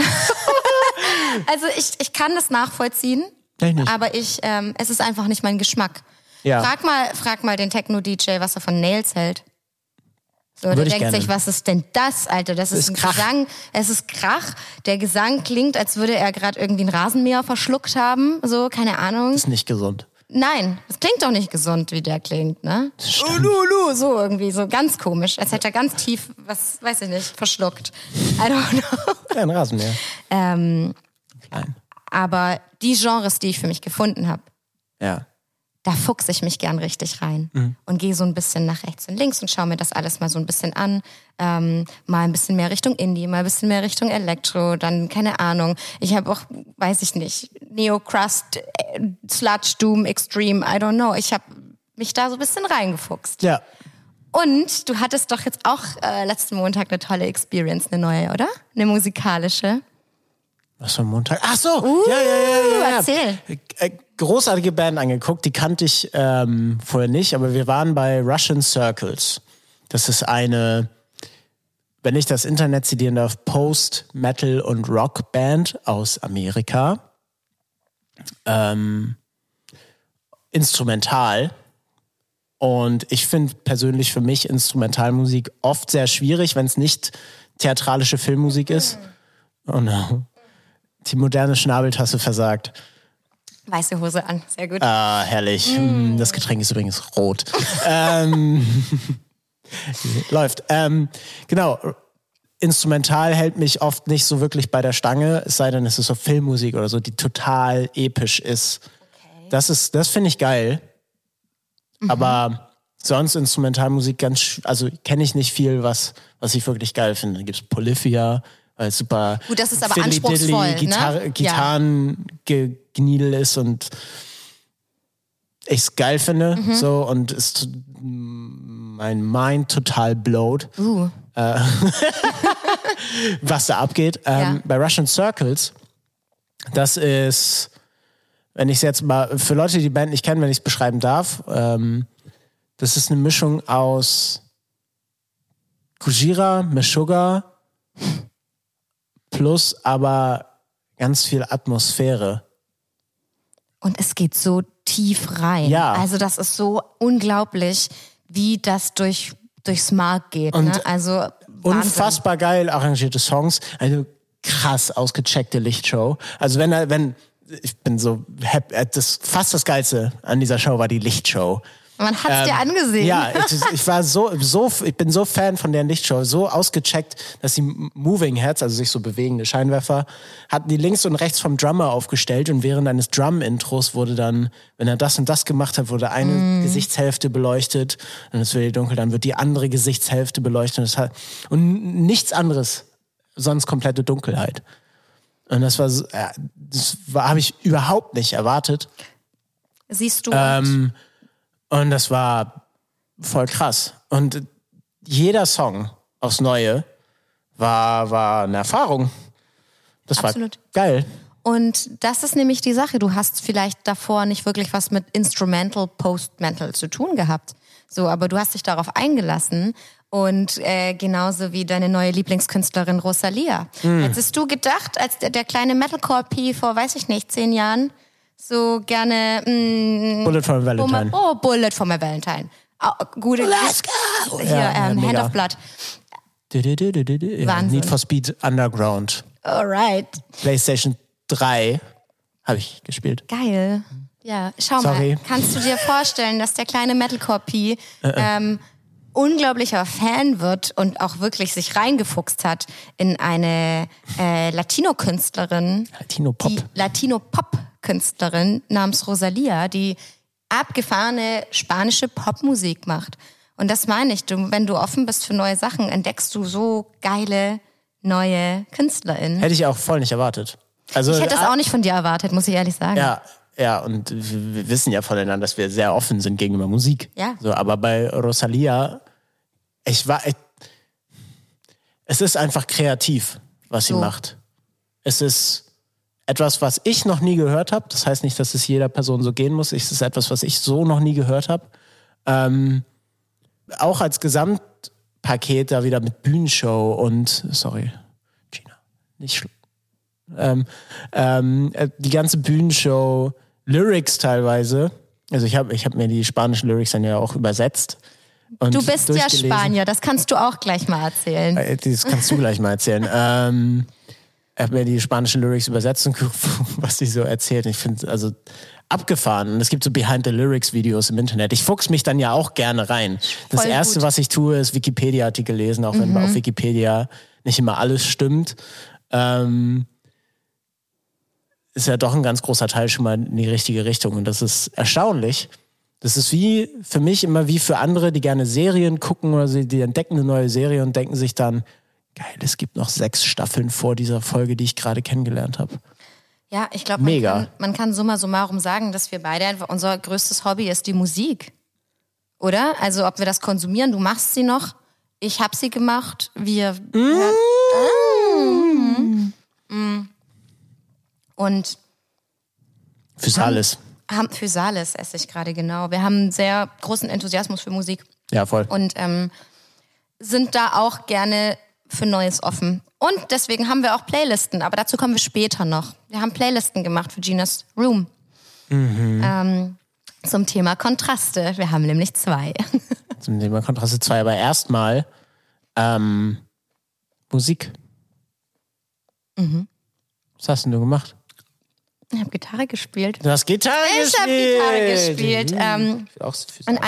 Also ich kann das nachvollziehen, nicht. aber es ist einfach nicht mein Geschmack. Ja. Frag mal den Techno-DJ, was er von Nails hält. So, der Würde ich denkt gerne. sich, was ist denn das, Alter? Das ist ein Krach. Gesang. Es ist Krach. Der Gesang klingt, als würde er gerade irgendwie einen Rasenmäher verschluckt haben. So, keine Ahnung. Ist nicht gesund. Nein, es klingt doch nicht gesund, wie der klingt, ne? So irgendwie, so ganz komisch. Als hätte er ganz tief, was, weiß ich nicht, verschluckt. I don't know. Ja, ein Rasenmäher. Klein. Aber die Genres, die ich für mich gefunden habe, Ja. da fuchse ich mich gern richtig rein und gehe so ein bisschen nach rechts und links und schaue mir das alles mal so ein bisschen an. Mal ein bisschen mehr Richtung Indie, mal ein bisschen mehr Richtung Elektro, dann keine Ahnung. Ich habe auch, weiß ich nicht, Neo-Crust, Sludge, Doom, Extreme, I don't know. Ich habe mich da so ein bisschen reingefuchst. Ja. Und du hattest doch jetzt auch letzten Montag eine tolle Experience, eine neue, oder? Eine musikalische. Was für ein Montag? Ach so! Ja. Erzähl. Großartige Band angeguckt, die kannte ich vorher nicht, aber wir waren bei Russian Circles. Das ist eine, wenn ich das Internet zitieren darf, Post-Metal- und Rock-Band aus Amerika. Instrumental. Und ich finde persönlich für mich Instrumentalmusik oft sehr schwierig, wenn es nicht theatralische Filmmusik ist. Oh no. Die moderne Schnabeltasse versagt. Weiße Hose an, sehr gut. Ah, herrlich. Das Getränk ist übrigens rot. Läuft. Genau. Instrumental hält mich oft nicht so wirklich bei der Stange, es sei denn, es ist so Filmmusik oder so, die total episch ist. Okay. Das finde ich geil. Aber sonst Instrumentalmusik also kenne ich nicht viel, was ich wirklich geil finde. Da gibt es Polyphia, weil es super Gut, das ist aber anspruchsvoll, ne? Gitarrengeniedel ist und ich es geil finde, so, und ist mein Mind total blowt, was da abgeht. Bei Russian Circles, das ist, wenn ich es jetzt mal, für Leute, die die Band nicht kennen, wenn ich es beschreiben darf, das ist eine Mischung aus Gojira, Meshuggah plus aber ganz viel Atmosphäre. Und es geht so tief rein. Ja. Also das ist so unglaublich, wie das durchs Mark geht. Und ne? Also Wahnsinn. unfassbar geil arrangierte Songs, eine krass ausgecheckte Lichtshow. Also wenn ich bin so happy, fast das Geilste an dieser Show war die Lichtshow. Man hat es dir angesehen. Ja, ich war ich bin so Fan von deren Lichtshow, so ausgecheckt, dass die Moving Heads, also sich so bewegende Scheinwerfer, hatten die links und rechts vom Drummer aufgestellt und während eines Drum-Intros wurde dann, wenn er das und das gemacht hat, wurde eine Gesichtshälfte beleuchtet, dann ist wieder dunkel, dann wird die andere Gesichtshälfte beleuchtet und nichts anderes, sonst komplette Dunkelheit. Und das habe ich überhaupt nicht erwartet. Siehst du. Und das war voll krass. Und jeder Song aufs Neue war eine Erfahrung. Das Absolut. war geil. Und das ist nämlich die Sache. Du hast vielleicht davor nicht wirklich was mit Instrumental, Post-Metal zu tun gehabt. So, aber du hast dich darauf eingelassen. Und genauso wie deine neue Lieblingskünstlerin Rosalia. Hättest du gedacht, als der kleine Metalcore-P vor, weiß ich nicht, 10 Jahren, so gerne Bullet for my Valentine. Bullet for my Valentine. Gute Let's go! Hier, Hand mega. of Blood. Ja, Wahnsinn. Need for Speed Underground. Alright. PlayStation 3 habe ich gespielt. Geil. Ja, schau Sorry. mal. Kannst du dir vorstellen, dass der kleine Metalcore-P unglaublicher Fan wird und auch wirklich sich reingefuchst hat in eine Latino-Künstlerin. Latino-Pop. Die Latino-Pop-Künstlerin namens Rosalia, die abgefahrene spanische Popmusik macht. Und das meine ich, wenn du offen bist für neue Sachen, entdeckst du so geile neue KünstlerInnen. Hätte ich auch voll nicht erwartet. Also, Ich hätte es auch nicht von dir erwartet, muss ich ehrlich sagen. Ja, und wir wissen ja voneinander, dass wir sehr offen sind gegenüber Musik. Ja. So, aber bei Rosalia, es ist einfach kreativ, was sie macht. Es ist etwas, was ich noch nie gehört habe. Das heißt nicht, dass es jeder Person so gehen muss. Es ist etwas, was ich so noch nie gehört habe. Auch als Gesamtpaket da wieder mit Bühnenshow und, sorry, Gina, nicht schlimm. Die ganze Bühnenshow, Lyrics teilweise. Also ich hab mir die spanischen Lyrics dann ja auch übersetzt. Und Du bist ja durchgelesen. Spanier, das kannst du auch gleich mal erzählen. Das kannst du gleich mal erzählen. Ich habe mir die spanischen Lyrics übersetzt und geguckt, was sie so erzählt. Ich finde also abgefahren. Und es gibt so Behind-the-Lyrics-Videos im Internet. Ich fuchs mich dann ja auch gerne rein. Das Voll Erste, gut. was ich tue, ist Wikipedia-Artikel lesen, auch wenn auf Wikipedia nicht immer alles stimmt. Ist ja doch ein ganz großer Teil schon mal in die richtige Richtung. Und das ist erstaunlich. Das ist wie für mich immer wie für andere, die gerne Serien gucken oder die entdecken eine neue Serie und denken sich dann, geil, es gibt noch 6 Staffeln vor dieser Folge, die ich gerade kennengelernt habe. Ja, ich glaube, Mega. man kann summa summarum sagen, dass wir beide einfach, unser größtes Hobby ist die Musik. Oder? Also ob wir das konsumieren, du machst sie noch, ich habe sie gemacht, wir... Und Physalis. Physalis esse ich gerade, genau. Wir haben einen sehr großen Enthusiasmus für Musik Ja, voll. und sind da auch gerne für Neues offen. Und deswegen haben wir auch Playlisten, aber dazu kommen wir später noch. Wir haben Playlisten gemacht für Ginas Room. Zum Thema Kontraste. Wir haben nämlich 2. Zum Thema Kontraste 2, aber erstmal Musik. Was hast denn du gemacht? Ich habe Gitarre gespielt. Du hast Gitarre gespielt. Ich habe Gitarre gespielt. Auch In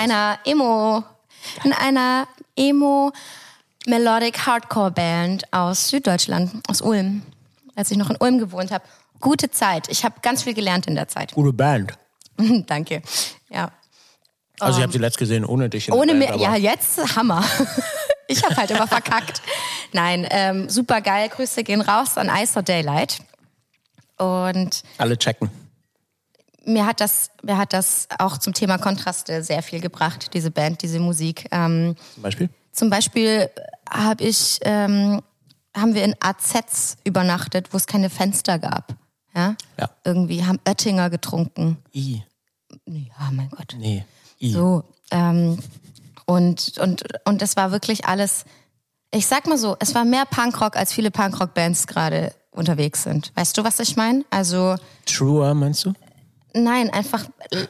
einer Emo Melodic Hardcore Band aus Süddeutschland, aus Ulm, als ich noch in Ulm gewohnt habe. Gute Zeit. Ich habe ganz viel gelernt in der Zeit. Gute Band. Danke. Ja. Also ich habe sie letzt gesehen ohne dich. In der Ohne Band, mir, aber ja, jetzt Hammer. Ich habe halt immer verkackt. Nein, super geil. Grüße gehen raus an Icer Daylight. Und alle checken. mir hat das auch zum Thema Kontraste sehr viel gebracht, diese Band, diese Musik. Zum Beispiel? Zum Beispiel haben wir in AZs übernachtet, wo es keine Fenster gab. Ja? Ja. Irgendwie haben Oettinger getrunken. Ja, mein Gott. Nee. So, und das war wirklich alles, ich sag mal so, es war mehr Punkrock, als viele Punkrock-Bands gerade unterwegs sind. Weißt du, was ich meine? Also Truer, meinst du? Nein, einfach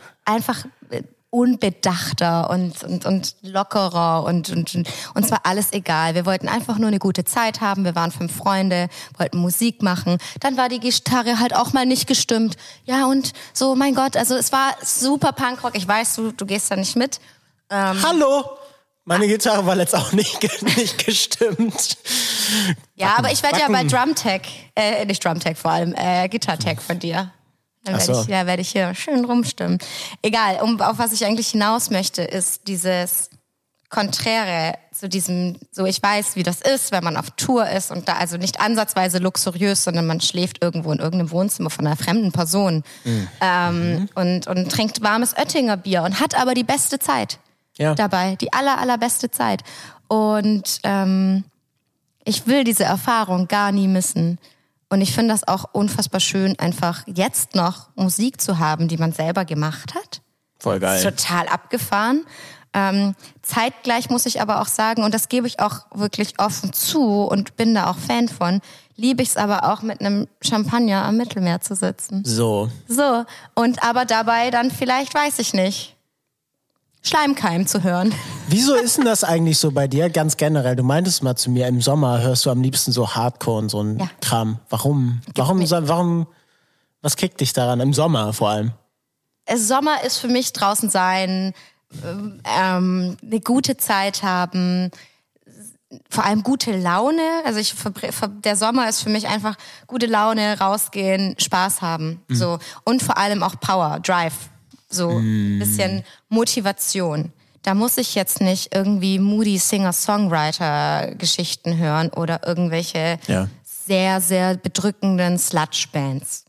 unbedachter und lockerer und uns war alles egal. Wir wollten einfach nur eine gute Zeit haben. Wir waren 5 Freunde, wollten Musik machen. Dann war die Gitarre halt auch mal nicht gestimmt. Ja, und so, mein Gott, also es war super Punkrock. Ich weiß, du gehst da nicht mit. Hallo! Meine Gitarre war jetzt auch nicht gestimmt. Ja, aber ich werde ja bei Drumtech, nicht Drumtech vor allem, Gitartech von dir. Dann werde ich hier schön rumstimmen. Egal, auf was ich eigentlich hinaus möchte, ist dieses Konträre zu diesem, so ich weiß, wie das ist, wenn man auf Tour ist und da also nicht ansatzweise luxuriös, sondern man schläft irgendwo in irgendeinem Wohnzimmer von einer fremden Person und trinkt warmes Oettinger Bier und hat aber die beste Zeit dabei, die allerbeste Zeit. Und ich will diese Erfahrung gar nie missen. Und ich finde das auch unfassbar schön, einfach jetzt noch Musik zu haben, die man selber gemacht hat. Voll geil. Total abgefahren. Zeitgleich muss ich aber auch sagen, und das gebe ich auch wirklich offen zu und bin da auch Fan von, liebe ich es aber auch mit einem Champagner am Mittelmeer zu sitzen. So. Und aber dabei dann vielleicht, weiß ich nicht, Schleimkeim zu hören. Wieso ist denn das eigentlich so bei dir, ganz generell? Du meintest mal zu mir, im Sommer hörst du am liebsten so Hardcore und so ein Kram. Warum? Was kickt dich daran? Im Sommer vor allem. Sommer ist für mich draußen sein, eine gute Zeit haben, vor allem gute Laune. Also der Sommer ist für mich einfach gute Laune, rausgehen, Spaß haben. So. Und vor allem auch Power, Drive. So ein bisschen Motivation. Da muss ich jetzt nicht irgendwie moody Singer-Songwriter-Geschichten hören oder irgendwelche sehr, sehr bedrückenden Sludge-Bands.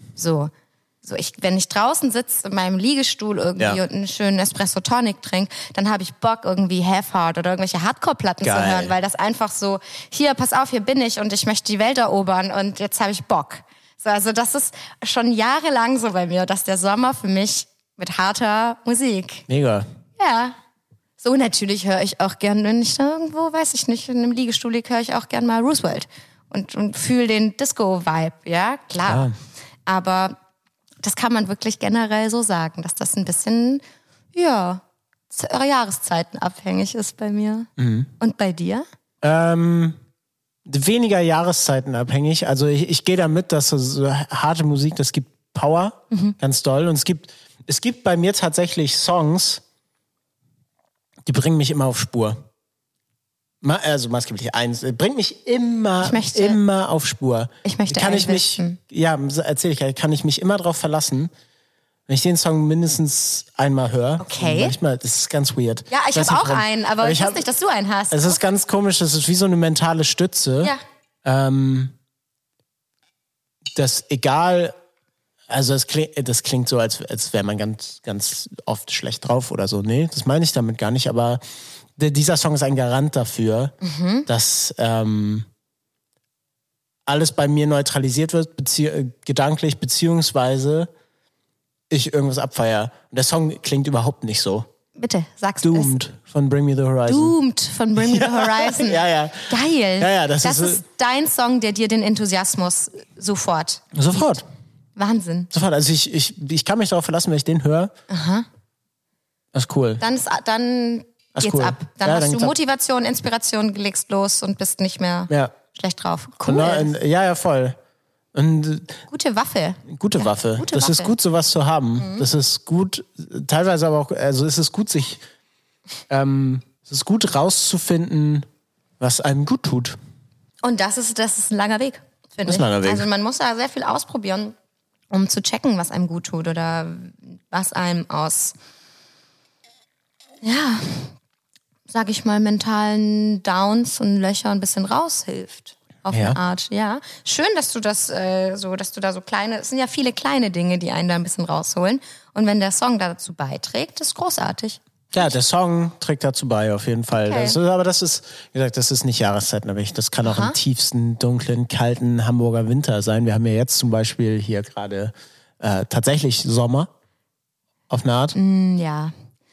Wenn ich draußen sitze in meinem Liegestuhl irgendwie und einen schönen Espresso Tonic trinke, dann habe ich Bock, irgendwie Half Heart oder irgendwelche Hardcore-Platten zu hören, weil das einfach so, hier, pass auf, hier bin ich und ich möchte die Welt erobern und jetzt habe ich Bock. So, also das ist schon jahrelang so bei mir, dass der Sommer für mich mit harter Musik. Mega. Ja. So, natürlich höre ich auch gern, wenn ich da irgendwo, weiß ich nicht, in einem Liegestuhl liege, höre ich auch gern mal Roosevelt und fühle den Disco-Vibe, ja, klar. Aber das kann man wirklich generell so sagen, dass das ein bisschen, jahreszeitenabhängig ist bei mir. Und bei dir? Weniger jahreszeitenabhängig. Also ich gehe da mit, dass so harte Musik, das gibt Power, ganz doll. Und es gibt bei mir tatsächlich Songs, die bringen mich immer auf Spur. Also maßgeblich eins, bringt mich immer auf Spur. Ich möchte kann ich mich immer drauf verlassen, wenn ich den Song mindestens einmal höre. Okay. Manchmal, das ist ganz weird. Ja, ich habe auch einen, aber ich wusste nicht, dass du einen hast. Es ist ganz komisch, das ist wie so eine mentale Stütze. Ja. Das egal, also das klingt so, als wäre man ganz, ganz oft schlecht drauf oder so. Nee, das meine ich damit gar nicht, aber dieser Song ist ein Garant dafür, dass alles bei mir neutralisiert wird, gedanklich, beziehungsweise ich irgendwas abfeiere. Und der Song klingt überhaupt nicht so. Bitte, sag's es. Doomed von Bring Me the Horizon. Doomed von Bring Me the Horizon. Ja. Geil. Ja, das ist dein Song, der dir den Enthusiasmus sofort. Wahnsinn. Sofort. Also ich kann mich darauf verlassen, wenn ich den höre. Aha. Das ist cool. Dann geht's ab. Dann hast du Motivation, Inspiration, legst los und bist nicht mehr schlecht drauf. Cool. Ja, voll. Und gute Waffe. Gute Waffe. Das ist gut, sowas zu haben. Das ist gut, teilweise aber auch, also es ist gut, es ist gut rauszufinden, was einem gut tut. Und das ist ein langer Weg, finde ich. Also man muss da sehr viel ausprobieren, um zu checken, was einem gut tut oder was einem aus, sag ich mal, mentalen Downs und Löchern ein bisschen raushilft. Auf eine Art, ja. Schön, dass du dass du da so kleine, es sind ja viele kleine Dinge, die einen da ein bisschen rausholen. Und wenn der Song dazu beiträgt, ist großartig. Ja, der Song trägt dazu bei, auf jeden Fall. Okay. Aber das ist, wie gesagt, das ist nicht jahreszeitenabhängig. Das kann auch im tiefsten, dunklen, kalten Hamburger Winter sein. Wir haben ja jetzt zum Beispiel hier gerade tatsächlich Sommer. Auf eine Art. Ja.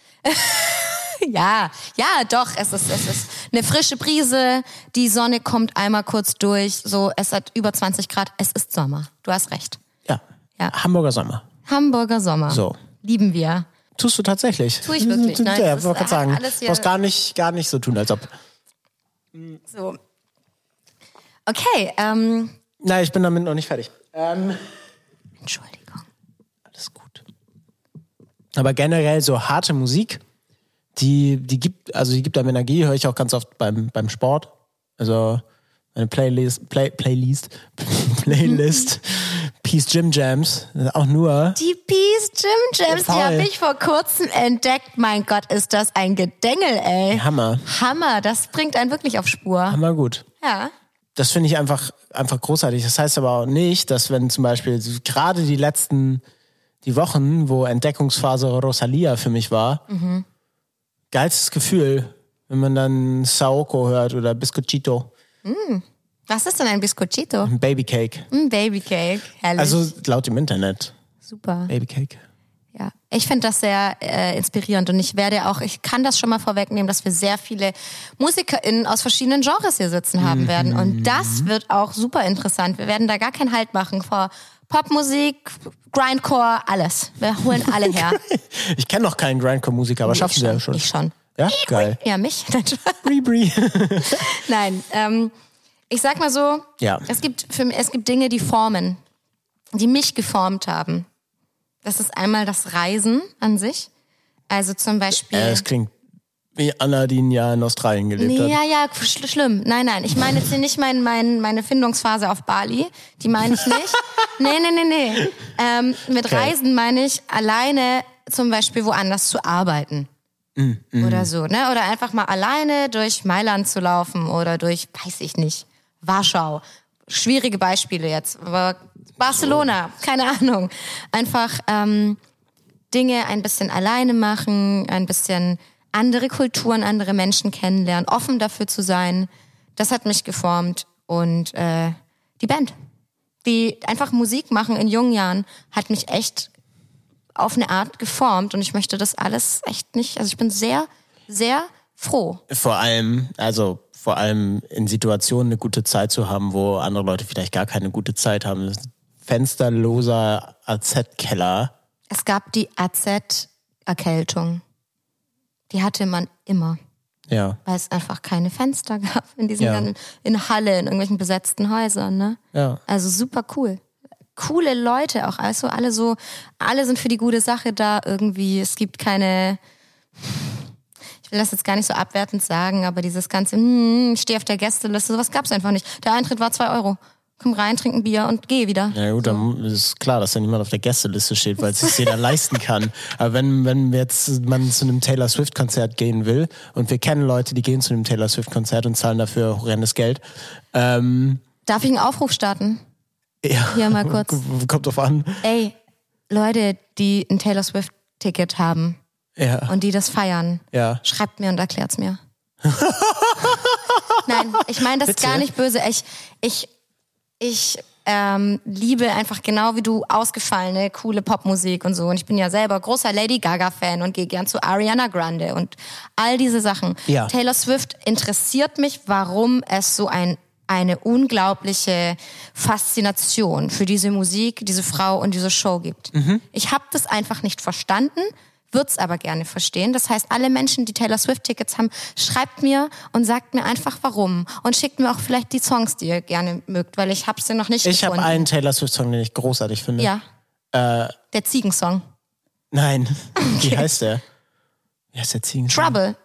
Ja, doch, es ist eine frische Brise, die Sonne kommt einmal kurz durch, so, es hat über 20 Grad, es ist Sommer, du hast recht. Ja. Hamburger Sommer. Hamburger Sommer. So. Lieben wir. Tust du tatsächlich? Tue ich wirklich. Nein, ja, das wollte gerade sagen. alles hier- Du brauchst gar nicht so tun, als ob. So. Okay, Nein, ich bin damit noch nicht fertig. Entschuldigung. Alles gut. Aber generell so harte Musik, die gibt einem Energie, höre ich auch ganz oft beim Sport. Also meine Playlist, Peace Gym Jams, auch nur. Die Peace Gym Jams, Ja, die voll. habe ich vor kurzem entdeckt. Mein Gott, ist das ein Gedengel, ey. Hammer. Hammer, das bringt einen wirklich auf Spur. Hammer gut. Ja. Das finde ich einfach großartig. Das heißt aber auch nicht, dass wenn zum Beispiel gerade die Wochen, wo Entdeckungsphase Rosalia für mich war, geilstes Gefühl, wenn man dann Saoko hört oder Biscochito, Was ist denn ein Biscochito? Babycake. Ein Babycake, herrlich. Also laut dem Internet, super. Babycake. Ja, ich finde das sehr inspirierend und ich kann das schon mal vorwegnehmen, dass wir sehr viele MusikerInnen aus verschiedenen Genres hier sitzen haben werden und das wird auch super interessant. Wir werden da gar keinen Halt machen vor Popmusik, Grindcore, alles. Wir holen alle her. Ich kenne noch keinen Grindcore-Musiker, aber schaffen sie ja schon. Ich schon. Ja, geil. Ja, mich? Brie. Nein, ich sag mal so, Ja. es gibt Dinge, die formen, die mich geformt haben. Das ist einmal das Reisen an sich. Also zum Beispiel... Es klingt wie Anna, die ein Jahr in Australien gelebt hat. Ja, schlimm. Nein. Ich meine jetzt hier nicht meine Findungsphase auf Bali. Die meine ich nicht. Nee. Mit Okay. Reisen meine ich alleine zum Beispiel woanders zu arbeiten. Oder so, ne? Oder einfach mal alleine durch Mailand zu laufen oder durch, weiß ich nicht, Warschau. Schwierige Beispiele jetzt. Aber Barcelona, keine Ahnung. Einfach Dinge ein bisschen alleine machen, ein bisschen andere Kulturen, andere Menschen kennenlernen, offen dafür zu sein. Das hat mich geformt. Und die Band, die einfach Musik machen in jungen Jahren, hat mich echt auf eine Art geformt. Und ich möchte das alles echt nicht, also ich bin sehr, sehr froh. Vor allem in Situationen eine gute Zeit zu haben, wo andere Leute vielleicht gar keine gute Zeit haben. Fensterloser AZ-Keller. Es gab die AZ-Erkältung. Die hatte man immer, Ja. weil es einfach keine Fenster gab in Halle, in irgendwelchen besetzten Häusern. Ne? Ja. Also super cool. Coole Leute auch. Also alle sind für die gute Sache da irgendwie. Es gibt keine... Ich will das jetzt gar nicht so abwertend sagen, aber dieses ganze, ich stehe auf der Gästeliste, sowas gab's einfach nicht. Der Eintritt war 2 €. Komm rein, trink ein Bier und geh wieder. Ja gut, dann ist klar, dass da niemand auf der Gästeliste steht, weil es sich jeder leisten kann. Aber wenn man zu einem Taylor Swift-Konzert gehen will und wir kennen Leute, die gehen zu einem Taylor Swift-Konzert und zahlen dafür horrendes Geld. Darf ich einen Aufruf starten? Ja, Hier mal kurz. Kommt drauf an. Ey, Leute, die ein Taylor Swift-Ticket haben Ja. und die das feiern, Ja. schreibt mir und erklärt's mir. Nein, ich meine das Bitte? gar nicht böse. Ich liebe einfach genau wie du ausgefallene, coole Popmusik und so. Und ich bin ja selber großer Lady Gaga-Fan und gehe gern zu Ariana Grande und all diese Sachen. Ja. Taylor Swift interessiert mich, warum es so eine unglaubliche Faszination für diese Musik, diese Frau und diese Show gibt. Ich habe das einfach nicht verstanden, würde es aber gerne verstehen. Das heißt, alle Menschen, die Taylor Swift-Tickets haben, schreibt mir und sagt mir einfach, warum. Und schickt mir auch vielleicht die Songs, die ihr gerne mögt, weil ich habe sie noch nicht Ich habe gefunden. einen Taylor Swift-Song, den ich großartig finde. Ja, der Ziegensong. Nein, wie heißt der? Wie heißt der Ziegensong? Trouble.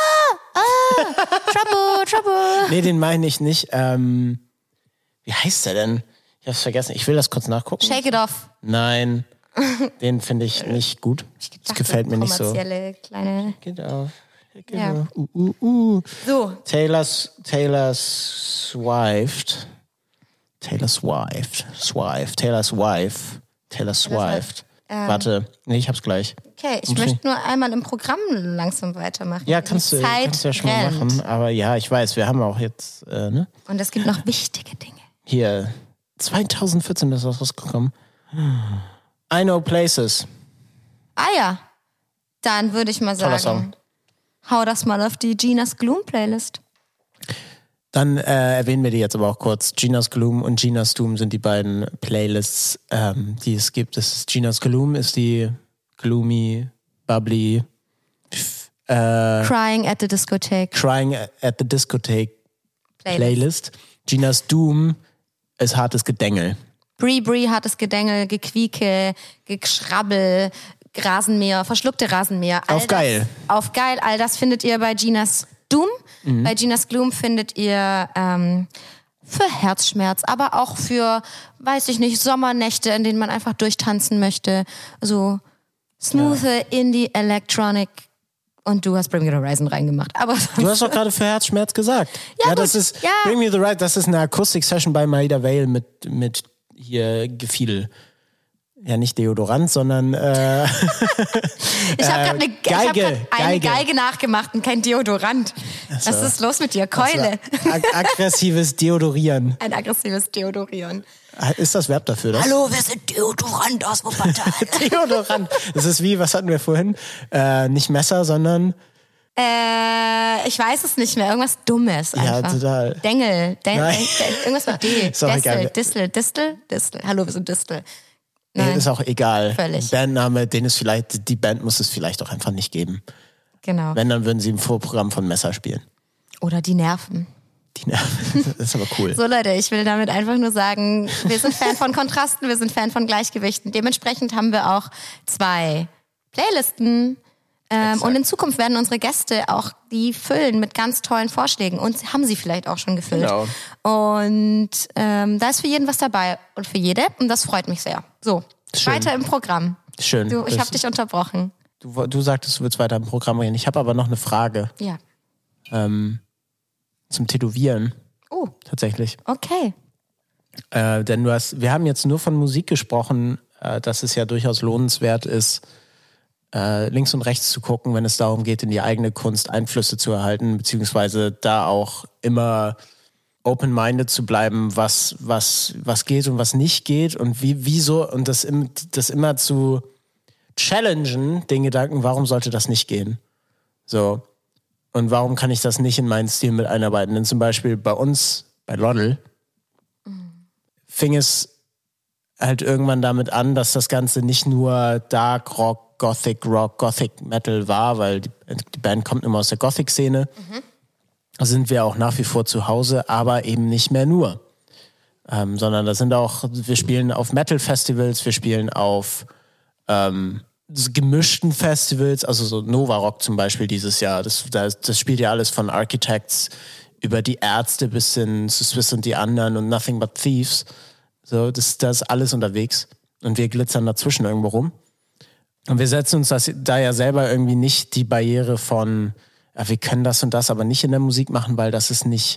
Trouble. Nee, den meine ich nicht. Wie heißt der denn? Ich hab's vergessen. Ich will das kurz nachgucken. Shake It Off. Nein, den finde ich nicht gut. Das gefällt mir nicht so. Kommerzielle kleine... Geht auf. Ja. So, Taylor Swift. Warte, nee, ich hab's gleich. okay, ich möchte nur einmal im Programm langsam weitermachen. Ja, Die kannst du ja schon mal rennt. machen. Aber ja, ich weiß, wir haben auch jetzt, ne? Und es gibt noch wichtige Dinge. Hier, 2014 ist das rausgekommen. I Know Places. Ah ja, dann würde ich mal Toller sagen, hau das mal auf die Gina's Gloom Playlist. Dann erwähnen wir die jetzt aber auch kurz. Gina's Gloom und Gina's Doom sind die beiden Playlists, die es gibt. Gina's Gloom ist die gloomy, bubbly Crying at the Discotheque Playlist. Gina's Doom ist hartes Gedengel. Brie, hartes Gedengel, Gequieke, Geschrabbel, Rasenmäher, verschluckte Rasenmäher. Auf geil. Auf geil, all das findet ihr bei Gina's Doom. Bei Gina's Gloom findet ihr für Herzschmerz, aber auch für, weiß ich nicht, Sommernächte, in denen man einfach durchtanzen möchte. So smooth Indie, Electronic. Und du hast Bring Me the Horizon reingemacht. Aber du hast doch gerade für Herzschmerz gesagt. Ja, das ist Bring Me the Horizon, das ist eine Akustik-Session bei Maida Vale mit hier Gefiedel. Ja, nicht Deodorant, sondern ich habe gerade eine Geige nachgemacht und kein Deodorant. Also, was ist los mit dir? Keule. Aggressives Deodorieren. Ein aggressives Deodorieren. Ist das Verb dafür? Hallo, wir sind Deodorant aus Wuppertal. Deodorant. Das ist wie, was hatten wir vorhin? Nicht Messer, sondern... ich weiß es nicht mehr. Irgendwas Dummes einfach. Ja, total. Dengel. Irgendwas mit D. Ist auch egal. Distel. Hallo, wir sind Distel. Nein, ist auch egal. Völlig. Bandname, die Band muss es vielleicht auch einfach nicht geben. Genau. Wenn, dann würden sie im Vorprogramm von Messer spielen. Oder die Nerven. Die Nerven, das ist aber cool. So Leute, ich will damit einfach nur sagen, wir sind Fan von Kontrasten, wir sind Fan von Gleichgewichten. Dementsprechend haben wir auch 2 Playlisten. Und in Zukunft werden unsere Gäste auch die füllen mit ganz tollen Vorschlägen. Und haben sie vielleicht auch schon gefüllt. Genau. Und da ist für jeden was dabei und für jede. Und das freut mich sehr. So, Schön. Weiter im Programm. Schön. Ich habe dich unterbrochen. Du sagtest, du willst weiter im Programm reden. Ich habe aber noch eine Frage. Ja. Zum Tätowieren. Oh. Tatsächlich. Okay. Denn wir haben jetzt nur von Musik gesprochen, dass es ja durchaus lohnenswert ist, links und rechts zu gucken, wenn es darum geht, in die eigene Kunst Einflüsse zu erhalten, beziehungsweise da auch immer open-minded zu bleiben, was geht und was nicht geht und wieso und das immer zu challengen, den Gedanken, warum sollte das nicht gehen? So. Und warum kann ich das nicht in meinen Stil mit einarbeiten? Denn zum Beispiel bei uns, bei Loddel, fing es halt irgendwann damit an, dass das Ganze nicht nur Dark Rock, Gothic Metal war, weil die Band kommt immer aus der Gothic-Szene. Da sind wir auch nach wie vor zu Hause, aber eben nicht mehr nur. Sondern wir spielen auf Metal-Festivals, wir spielen auf gemischten Festivals, also so Nova Rock zum Beispiel dieses Jahr. Das spielt ja alles von Architects über die Ärzte bis hin zu Swiss und die anderen und Nothing But Thieves. So, das ist alles unterwegs. Und wir glitzern dazwischen irgendwo rum. Und wir setzen uns da ja selber irgendwie nicht die Barriere von, ja, wir können das und das aber nicht in der Musik machen, weil das ist nicht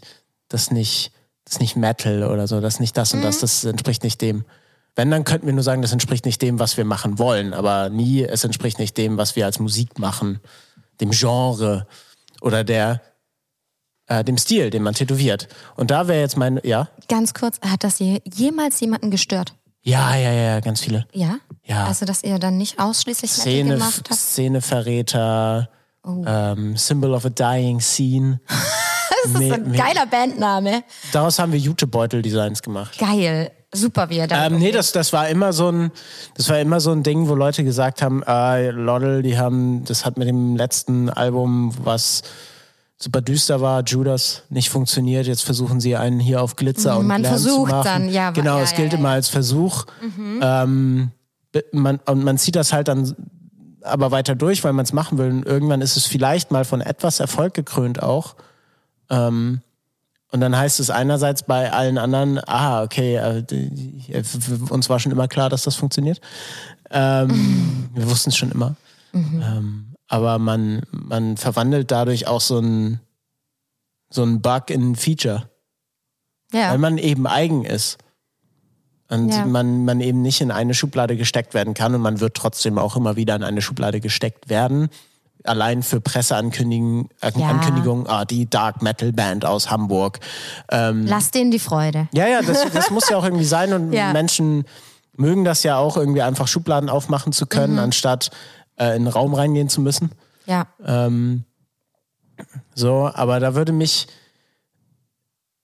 Metal oder so, das ist nicht das und das entspricht nicht dem. Wenn, dann könnten wir nur sagen, das entspricht nicht dem, was wir machen wollen, aber nie, es entspricht nicht dem, was wir als Musik machen, dem Genre oder dem Stil, den man tätowiert. Und da wäre jetzt ja? Ganz kurz, hat das jemals jemanden gestört? Ja, ganz viele. Ja? Ja. Also, dass ihr dann nicht ausschließlich Metal gemacht habt? Szeneverräter, Symbol of a Dying Scene. Das ist ein geiler Bandname. Daraus haben wir Jutebeutel-Designs gemacht. Geil. Super, wie er da. Das war immer so ein Ding, wo Leute gesagt haben, Loddel, das hat mit dem letzten Album, was super düster war, Judas, nicht funktioniert. Jetzt versuchen sie einen hier auf Glitzer und man Glam versucht zu machen. Dann, ja. Genau, es gilt immer als Versuch. Und man zieht das halt dann aber weiter durch, weil man es machen will. Und irgendwann ist es vielleicht mal von etwas Erfolg gekrönt auch. Und dann heißt es einerseits bei allen anderen, okay, uns war schon immer klar, dass das funktioniert. Wir wussten es schon immer. Aber man verwandelt dadurch auch so einen Bug in ein Feature. Ja. Weil man eben eigen ist. Und man eben nicht in eine Schublade gesteckt werden kann und man wird trotzdem auch immer wieder in eine Schublade gesteckt werden. Allein für Presseankündigungen, die Dark Metal Band aus Hamburg. Lass denen die Freude. Ja, das muss ja auch irgendwie sein und Menschen mögen das ja auch irgendwie einfach Schubladen aufmachen zu können, anstatt in den Raum reingehen zu müssen. Ja. Aber da würde mich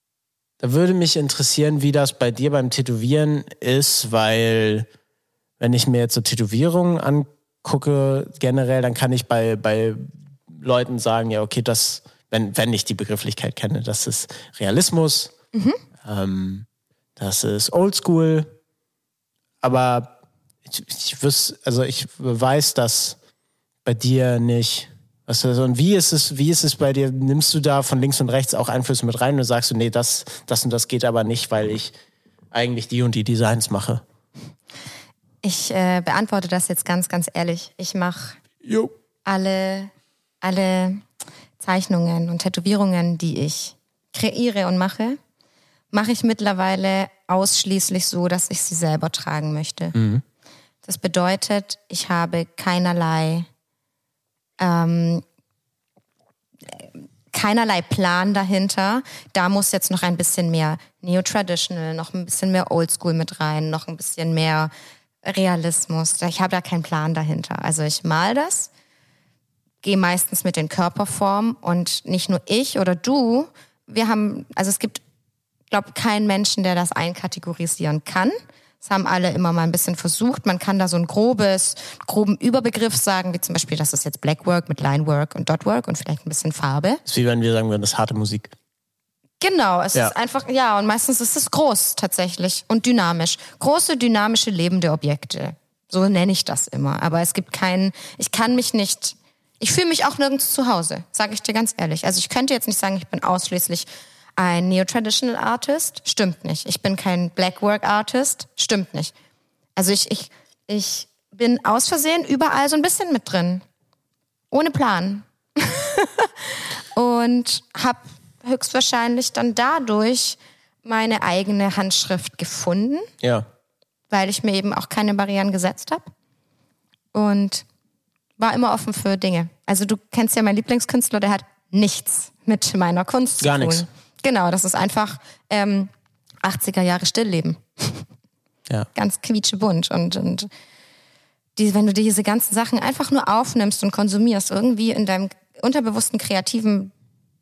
Da würde mich interessieren, wie das bei dir beim Tätowieren ist, weil wenn ich mir jetzt so Tätowierungen angucke generell, dann kann ich bei Leuten sagen, ja okay, das, wenn ich die Begrifflichkeit kenne, das ist Realismus, das ist Oldschool, aber ich weiß, dass bei dir nicht. Und wie ist es bei dir? Nimmst du da von links und rechts auch Einflüsse mit rein und sagst du, nee, das und das geht aber nicht, weil ich eigentlich die und die Designs mache? Ich beantworte das jetzt ganz, ganz ehrlich. Ich mache alle Zeichnungen und Tätowierungen, die ich kreiere und mache ich mittlerweile ausschließlich so, dass ich sie selber tragen möchte. Mhm. Das bedeutet, ich habe keinerlei Plan dahinter. Da muss jetzt noch ein bisschen mehr Neo-Traditional, noch ein bisschen mehr Oldschool mit rein, noch ein bisschen mehr Realismus. Ich habe da keinen Plan dahinter. Also ich mal das, gehe meistens mit den Körperformen und nicht nur ich oder du. Es gibt, glaube ich, keinen Menschen, der das einkategorisieren kann. Das haben alle immer mal ein bisschen versucht. Man kann da so einen groben Überbegriff sagen, wie zum Beispiel, das ist jetzt Blackwork mit Linework und Dotwork und vielleicht ein bisschen Farbe. Das ist wie wenn wir sagen würden, das ist harte Musik. Genau, es ist einfach, und meistens ist es groß tatsächlich und dynamisch. Große, dynamische, lebende Objekte. So nenne ich das immer. Aber es gibt ich fühle mich auch nirgends zu Hause, sage ich dir ganz ehrlich. Also ich könnte jetzt nicht sagen, ich bin ausschließlich ein Neo-Traditional Artist, stimmt nicht. Ich bin kein Blackwork Artist, stimmt nicht. Also ich bin aus Versehen überall so ein bisschen mit drin. Ohne Plan. Und habe höchstwahrscheinlich dann dadurch meine eigene Handschrift gefunden. Ja. Weil ich mir eben auch keine Barrieren gesetzt habe. Und war immer offen für Dinge. Also du kennst ja meinen Lieblingskünstler, der hat nichts mit meiner Kunst zu tun. Gar nichts. Genau, das ist einfach 80er Jahre Stillleben. Ja. Ganz quietschebunt. Und wenn du diese ganzen Sachen einfach nur aufnimmst und konsumierst, irgendwie in deinem unterbewussten kreativen,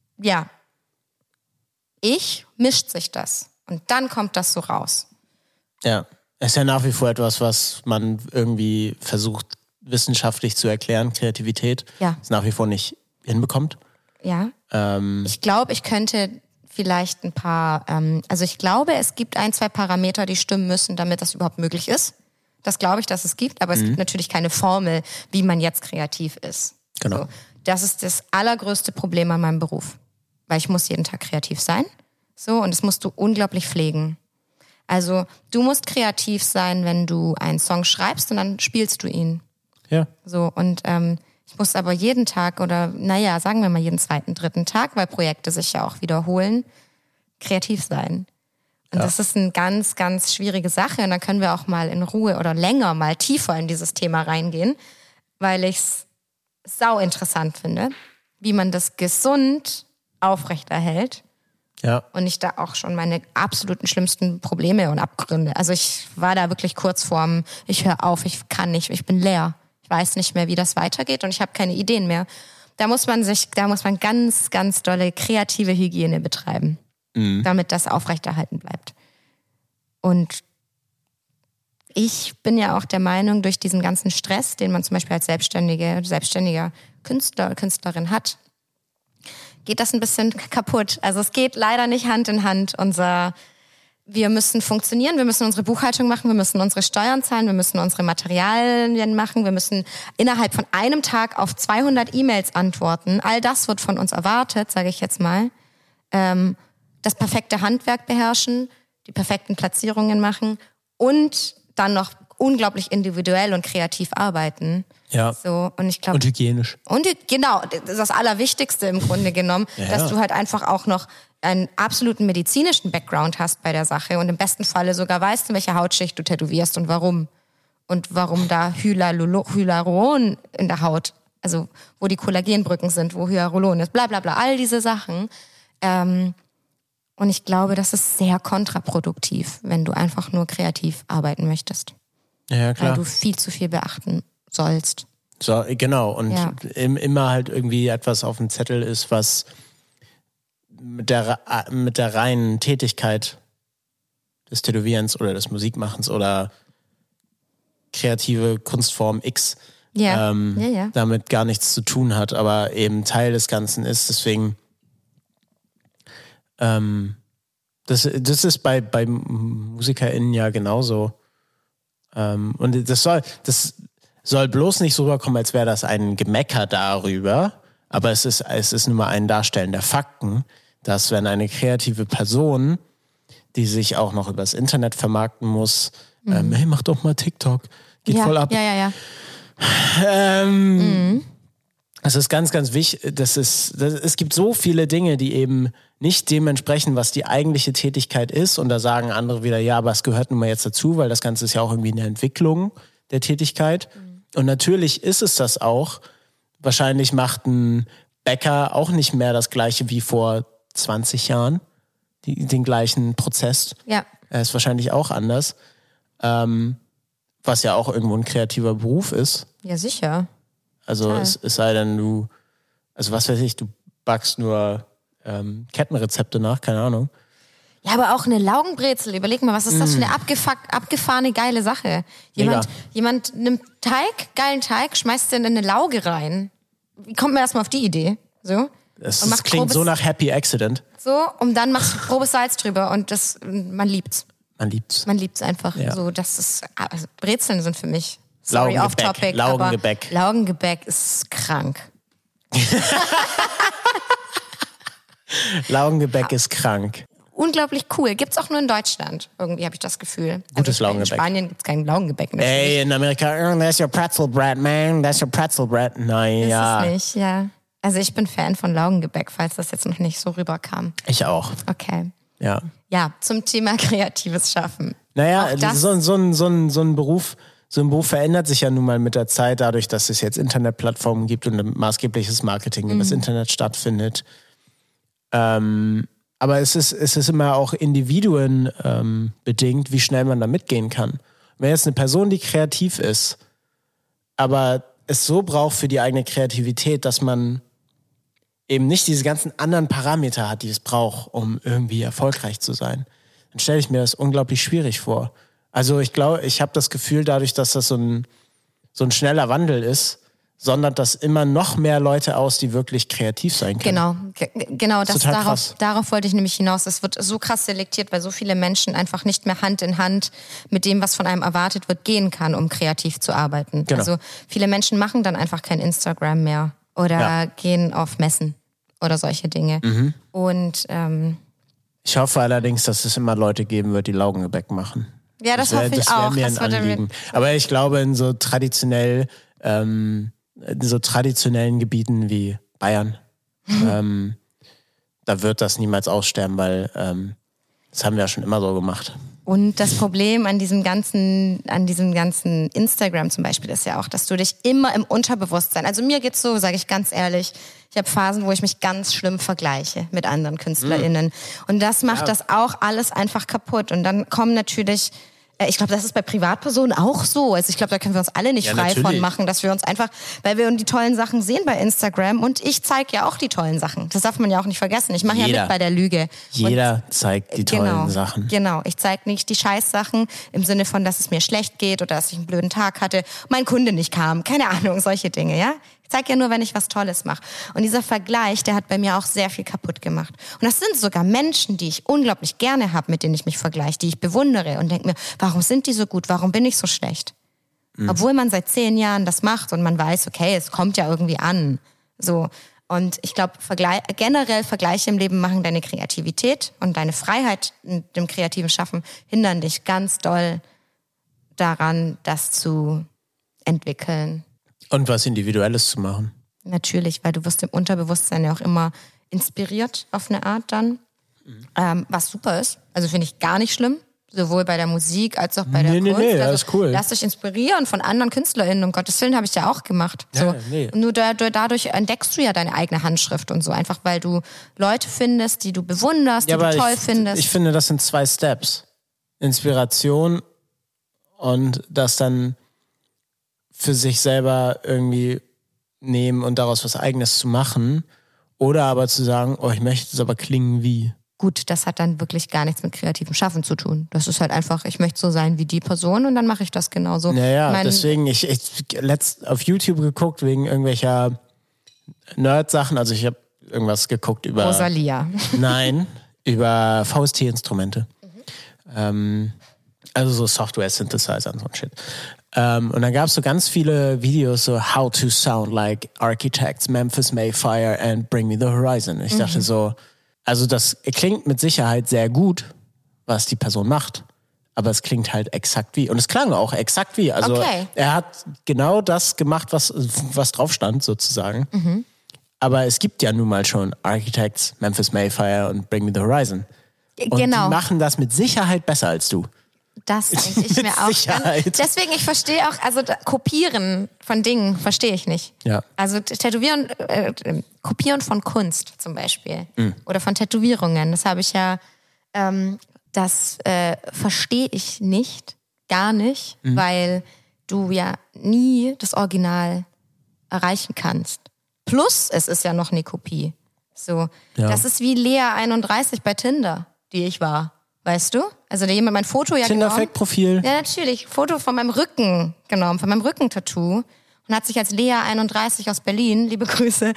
mischt sich das. Und dann kommt das so raus. Ja, es ist ja nach wie vor etwas, was man irgendwie versucht, wissenschaftlich zu erklären, Kreativität. Ja. Es nach wie vor nicht hinbekommt. Ja. Ich glaube, ich könnte vielleicht ein paar, ich glaube, es gibt 1-2 Parameter, die stimmen müssen, damit das überhaupt möglich ist. Das glaube ich, dass es gibt, aber es gibt natürlich keine Formel, wie man jetzt kreativ ist. Genau. So, das ist das allergrößte Problem an meinem Beruf, weil ich muss jeden Tag kreativ sein. So, und das musst du unglaublich pflegen. Also, du musst kreativ sein, wenn du einen Song schreibst und dann spielst du ihn. Ja. So, und ich muss aber jeden Tag oder, sagen wir mal jeden 2., 3. Tag, weil Projekte sich ja auch wiederholen, kreativ sein. Und das ist eine ganz, ganz schwierige Sache. Und dann können wir auch mal in Ruhe oder länger mal tiefer in dieses Thema reingehen, weil ich es sau interessant finde, wie man das gesund aufrechterhält. Ja. Und ich da auch schon meine absoluten schlimmsten Probleme und Abgründe. Also ich war da wirklich kurz vorm, ich höre auf, ich kann nicht, ich bin leer. Ich weiß nicht mehr, wie das weitergeht und ich habe keine Ideen mehr. Da muss man ganz, ganz dolle kreative Hygiene betreiben, damit das aufrechterhalten bleibt. Und ich bin ja auch der Meinung, durch diesen ganzen Stress, den man zum Beispiel als selbstständiger Künstler, Künstlerin hat, geht das ein bisschen kaputt. Also es geht leider nicht Hand in Hand. Wir müssen funktionieren, wir müssen unsere Buchhaltung machen, wir müssen unsere Steuern zahlen, wir müssen unsere Materialien machen, wir müssen innerhalb von einem Tag auf 200 E-Mails antworten. All das wird von uns erwartet, sage ich jetzt mal. Das perfekte Handwerk beherrschen, die perfekten Platzierungen machen und dann noch unglaublich individuell und kreativ arbeiten. Ja. So, und ich glaube. Und hygienisch. Und genau, das ist das Allerwichtigste im Grunde genommen, dass du halt einfach auch noch einen absoluten medizinischen Background hast bei der Sache und im besten Falle sogar weißt, in welcher Hautschicht du tätowierst und warum. Und warum da Hyaluron in der Haut, also wo die Kollagenbrücken sind, wo Hyaluron ist, bla bla bla, all diese Sachen. Und ich glaube, das ist sehr kontraproduktiv, wenn du einfach nur kreativ arbeiten möchtest. Ja, klar. Weil du viel zu viel beachten sollst. So, genau. Und immer halt irgendwie etwas auf dem Zettel ist, was mit der reinen Tätigkeit des Tätowierens oder des Musikmachens oder kreative Kunstform X damit gar nichts zu tun hat, aber eben Teil des Ganzen ist. Deswegen das ist bei MusikerInnen ja genauso. Und das soll bloß nicht so rüberkommen, als wäre das ein Gemecker darüber, aber es ist nur mal ein Darstellen der Fakten, dass wenn eine kreative Person, die sich auch noch übers Internet vermarkten muss, hey, mach doch mal TikTok, geht voll ab. Ja. Es ist ganz, ganz wichtig, es gibt so viele Dinge, die eben nicht dem entsprechen, was die eigentliche Tätigkeit ist. Und da sagen andere wieder, ja, aber es gehört nun mal jetzt dazu, weil das Ganze ist ja auch irgendwie eine Entwicklung der Tätigkeit. Und natürlich ist es das auch. Wahrscheinlich macht ein Bäcker auch nicht mehr das Gleiche wie vor 20 Jahren, den gleichen Prozess. Ja. Er ist wahrscheinlich auch anders. Was ja auch irgendwo ein kreativer Beruf ist. Ja, sicher. Also es sei denn, also was weiß ich, du backst nur Kettenrezepte nach, keine Ahnung. Ja, aber auch eine Laugenbrezel. Überleg mal, was ist das für eine abgefahrene, geile Sache? Jemand nimmt geilen Teig, schmeißt den in eine Lauge rein. Wie kommt man erstmal auf die Idee? So. Das klingt so nach Happy Accident. So, und dann machst du grobes Salz drüber und man liebt's. Man liebt's einfach. Ja. So, also Brezeln sind für mich, sorry, off topic, Laugengebäck. aber Laugengebäck ist krank. Laugengebäck ist krank. Unglaublich cool. Gibt's auch nur in Deutschland. Irgendwie habe ich das Gefühl. Gutes Laugengebäck. In Spanien gibt's kein Laugengebäck. Ey, in Amerika, that's your pretzel bread, man. That's your pretzel bread. Naja. Ist es nicht, ja. Also ich bin Fan von Laugengebäck, falls das jetzt noch nicht so rüberkam. Ich auch. Okay. Ja. Ja, zum Thema kreatives Schaffen. Naja, so ein Beruf verändert sich ja nun mal mit der Zeit, dadurch, dass es jetzt Internetplattformen gibt und ein maßgebliches Marketing über das Internet stattfindet. Aber es ist immer auch Individuen bedingt, wie schnell man da mitgehen kann. Wenn jetzt eine Person, die kreativ ist, aber es so braucht für die eigene Kreativität, dass man eben nicht diese ganzen anderen Parameter hat, die es braucht, um irgendwie erfolgreich zu sein, dann stelle ich mir das unglaublich schwierig vor. Also ich glaube, ich habe das Gefühl, dadurch, dass das so ein schneller Wandel ist, sondert das immer noch mehr Leute aus, die wirklich kreativ sein können. Genau, darauf wollte ich nämlich hinaus. Es wird so krass selektiert, weil so viele Menschen einfach nicht mehr Hand in Hand mit dem, was von einem erwartet wird, gehen kann, um kreativ zu arbeiten. Genau. Also viele Menschen machen dann einfach kein Instagram mehr oder gehen auf Messen oder solche Dinge. Und ich hoffe allerdings, dass es immer Leute geben wird, die Laugengebäck machen. Ja, das hoffe ich auch. Mir ein Anliegen. Aber ich glaube, in so traditionellen Gebieten wie Bayern, da wird das niemals aussterben, weil das haben wir ja schon immer so gemacht. Und das Problem an diesem ganzen Instagram zum Beispiel ist ja auch, dass du dich immer im Unterbewusstsein, also mir geht's so, sage ich ganz ehrlich, ich habe Phasen, wo ich mich ganz schlimm vergleiche mit anderen KünstlerInnen. Und das macht das auch alles einfach kaputt. Und dann kommen natürlich, ich glaube, das ist bei Privatpersonen auch so. Also ich glaube, da können wir uns alle nicht frei von machen, dass wir uns einfach, weil wir die tollen Sachen sehen bei Instagram und ich zeige ja auch die tollen Sachen. Das darf man ja auch nicht vergessen. Ich mache ja mit bei der Lüge. Jeder zeigt die tollen Sachen. Genau, ich zeige nicht die Scheißsachen im Sinne von, dass es mir schlecht geht oder dass ich einen blöden Tag hatte, mein Kunde nicht kam, keine Ahnung, solche Dinge, ja. Ich zeige ja nur, wenn ich was Tolles mache. Und dieser Vergleich, der hat bei mir auch sehr viel kaputt gemacht. Und das sind sogar Menschen, die ich unglaublich gerne habe, mit denen ich mich vergleiche, die ich bewundere und denke mir, warum sind die so gut, warum bin ich so schlecht? Obwohl man seit 10 Jahren das macht und man weiß, okay, es kommt ja irgendwie an. So. Und ich glaube, generell Vergleiche im Leben machen deine Kreativität und deine Freiheit in dem kreativen Schaffen hindern dich ganz doll daran, das zu entwickeln. Und was Individuelles zu machen. Natürlich, weil du wirst im Unterbewusstsein ja auch immer inspiriert auf eine Art dann, was super ist. Also finde ich gar nicht schlimm, sowohl bei der Musik als auch bei der Kunst. Nee, also, ist cool. Lasst euch inspirieren von anderen KünstlerInnen, um Gottes Willen, habe ich ja auch gemacht. Ja, so. Und nur dadurch entdeckst du ja deine eigene Handschrift und so, einfach weil du Leute findest, die du bewunderst, die du toll findest. Ich finde, das sind 2 Steps. Inspiration und das dann für sich selber irgendwie nehmen und daraus was Eigenes zu machen Oder aber zu sagen, oh, ich möchte es aber klingen wie. Gut, das hat dann wirklich gar nichts mit kreativem Schaffen zu tun. Das ist halt einfach, ich möchte so sein wie die Person und dann mache ich das genauso. Naja, deswegen, ich letzt auf YouTube geguckt wegen irgendwelcher Nerd-Sachen. Also ich habe irgendwas geguckt über... Rosalia. Nein, über VST-Instrumente. Also so Software-Synthesizer und so ein Shit. Und dann gab es so ganz viele Videos, so How to Sound Like Architects, Memphis Mayfire and Bring Me the Horizon. Ich dachte so, also das klingt mit Sicherheit sehr gut, was die Person macht. Aber es klingt halt exakt wie. Und es klang auch exakt wie. Also er hat genau das gemacht, was drauf stand, sozusagen. Aber es gibt ja nun mal schon Architects, Memphis Mayfire und Bring Me the Horizon. Und die machen das mit Sicherheit besser als du. Das denke ich mir auch. Sicherheit. Deswegen, ich verstehe auch, also Kopieren von Dingen verstehe ich nicht. Ja. Also Kopieren von Kunst zum Beispiel. Oder von Tätowierungen. Das habe ich ja, das verstehe ich nicht, gar nicht, weil du ja nie das Original erreichen kannst. Plus, es ist ja noch eine Kopie. So, das ist wie Lea 31 bei Tinder, die ich war. Weißt du? Also da jemand mein Foto ja genommen. Tinder-Fake-Profil. Ja, natürlich. Foto von meinem Rücken genommen, von meinem Rückentattoo. Und hat sich als Lea 31 aus Berlin, liebe Grüße,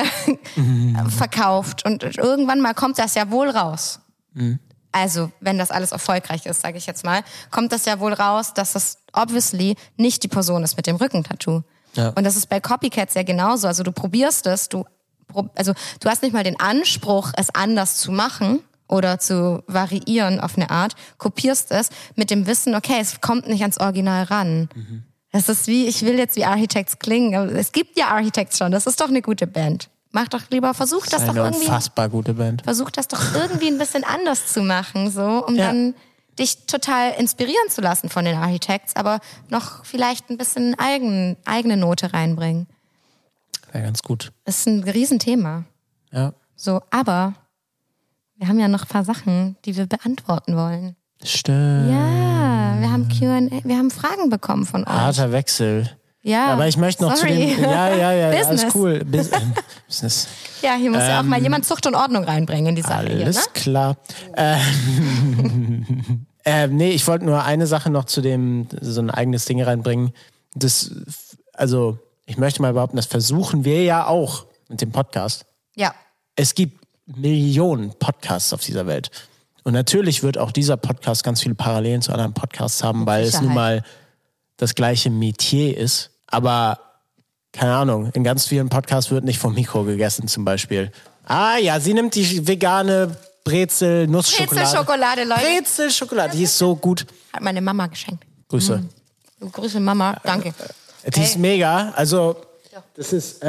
verkauft. Und irgendwann mal kommt das ja wohl raus. Also, wenn das alles erfolgreich ist, sage ich jetzt mal, kommt das ja wohl raus, dass das obviously nicht die Person ist mit dem Rückentattoo. Ja. Und das ist bei Copycats ja genauso. Also du probierst es, du hast nicht mal den Anspruch, es anders zu machen oder zu variieren auf eine Art, kopierst es mit dem Wissen, okay, es kommt nicht ans Original ran. Das ist wie, ich will jetzt wie Architects klingen, aber es gibt ja Architects schon, das ist doch eine gute Band. Mach doch lieber, versuch das doch irgendwie. Unfassbar gute Band. Versuch das doch irgendwie ein bisschen anders zu machen, so, um dann dich total inspirieren zu lassen von den Architects, aber noch vielleicht ein bisschen eigene Note reinbringen. Wäre ganz gut. Das ist ein Riesenthema. Ja. So, aber wir haben ja noch ein paar Sachen, die wir beantworten wollen. Stimmt. Ja, wir haben Q&A, wir haben Fragen bekommen von euch. Harter Wechsel. Ja, aber ich möchte noch zu dem... Ja, Business. Alles cool. Business. Ja, hier muss ja auch mal jemand Zucht und Ordnung reinbringen in die Sache hier, ne? Alles klar. Nee, ich wollte nur eine Sache noch zu dem, so ein eigenes Ding reinbringen. Also, ich möchte mal behaupten, das versuchen wir ja auch mit dem Podcast. Ja. Es gibt Millionen Podcasts auf dieser Welt. Und natürlich wird auch dieser Podcast ganz viele Parallelen zu anderen Podcasts haben, weil es nun mal das gleiche Metier ist. Aber, keine Ahnung, in ganz vielen Podcasts wird nicht vom Mikro gegessen zum Beispiel. Ah ja, sie nimmt die vegane Brezel-Nussschokolade. Brezel-Schokolade, Leute. Brezel-Schokolade, die ist so gut. Hat meine Mama geschenkt. Grüße. Grüße Mama, danke. Die ist mega. Also, das ist,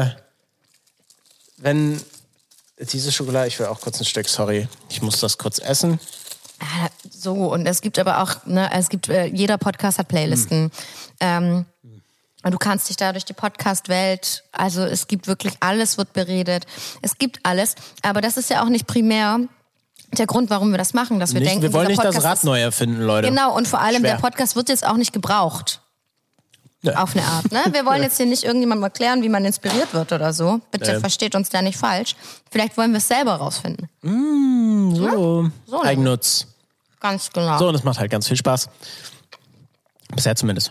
wenn diese Schokolade, ich will auch kurz ein Stück, sorry, ich muss das kurz essen. So, und es gibt aber auch, jeder Podcast hat Playlisten. Und du kannst dich da durch die Podcast-Welt, also es gibt wirklich alles, wird beredet. Es gibt alles, aber das ist ja auch nicht primär der Grund, warum wir das machen, dass wir denken, wir wollen nicht das Rad neu erfinden, Leute. Genau, und vor allem der Podcast wird jetzt auch nicht gebraucht. Ja. Auf eine Art, ne? Wir wollen jetzt hier nicht irgendjemandem erklären, wie man inspiriert wird oder so. Bitte versteht uns da nicht falsch. Vielleicht wollen wir es selber rausfinden. So Eigennutz. Ganz genau. So, und es macht halt ganz viel Spaß. Bisher zumindest.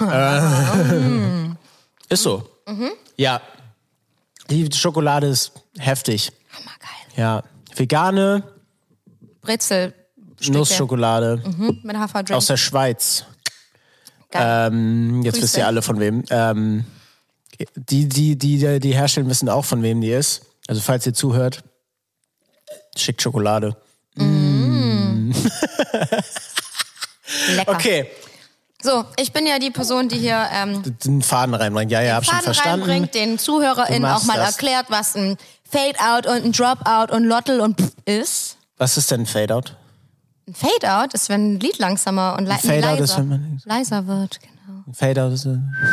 Ist so. Ja. Die Schokolade ist heftig. Hammergeil. Ja. Vegane Brezel. Nussschokolade. Mit Haferdrink. Aus der Schweiz. Geil. Jetzt wisst ihr alle von wem. Die herstellen, wissen auch von wem die ist. Also falls ihr zuhört, schickt Schokolade. Lecker. Okay. So, ich bin ja die Person, die hier den Faden reinbringt. Ja, hab schon verstanden. Reinbringt, den ZuhörerInnen auch mal erklärt, was ein Fade-Out und ein Drop-Out und Lottel und ist. Was ist denn ein Fade-Out? Ein Fade-Out ist, wenn ein Lied langsamer und leiser wird. Genau. Ein Fade-Out ist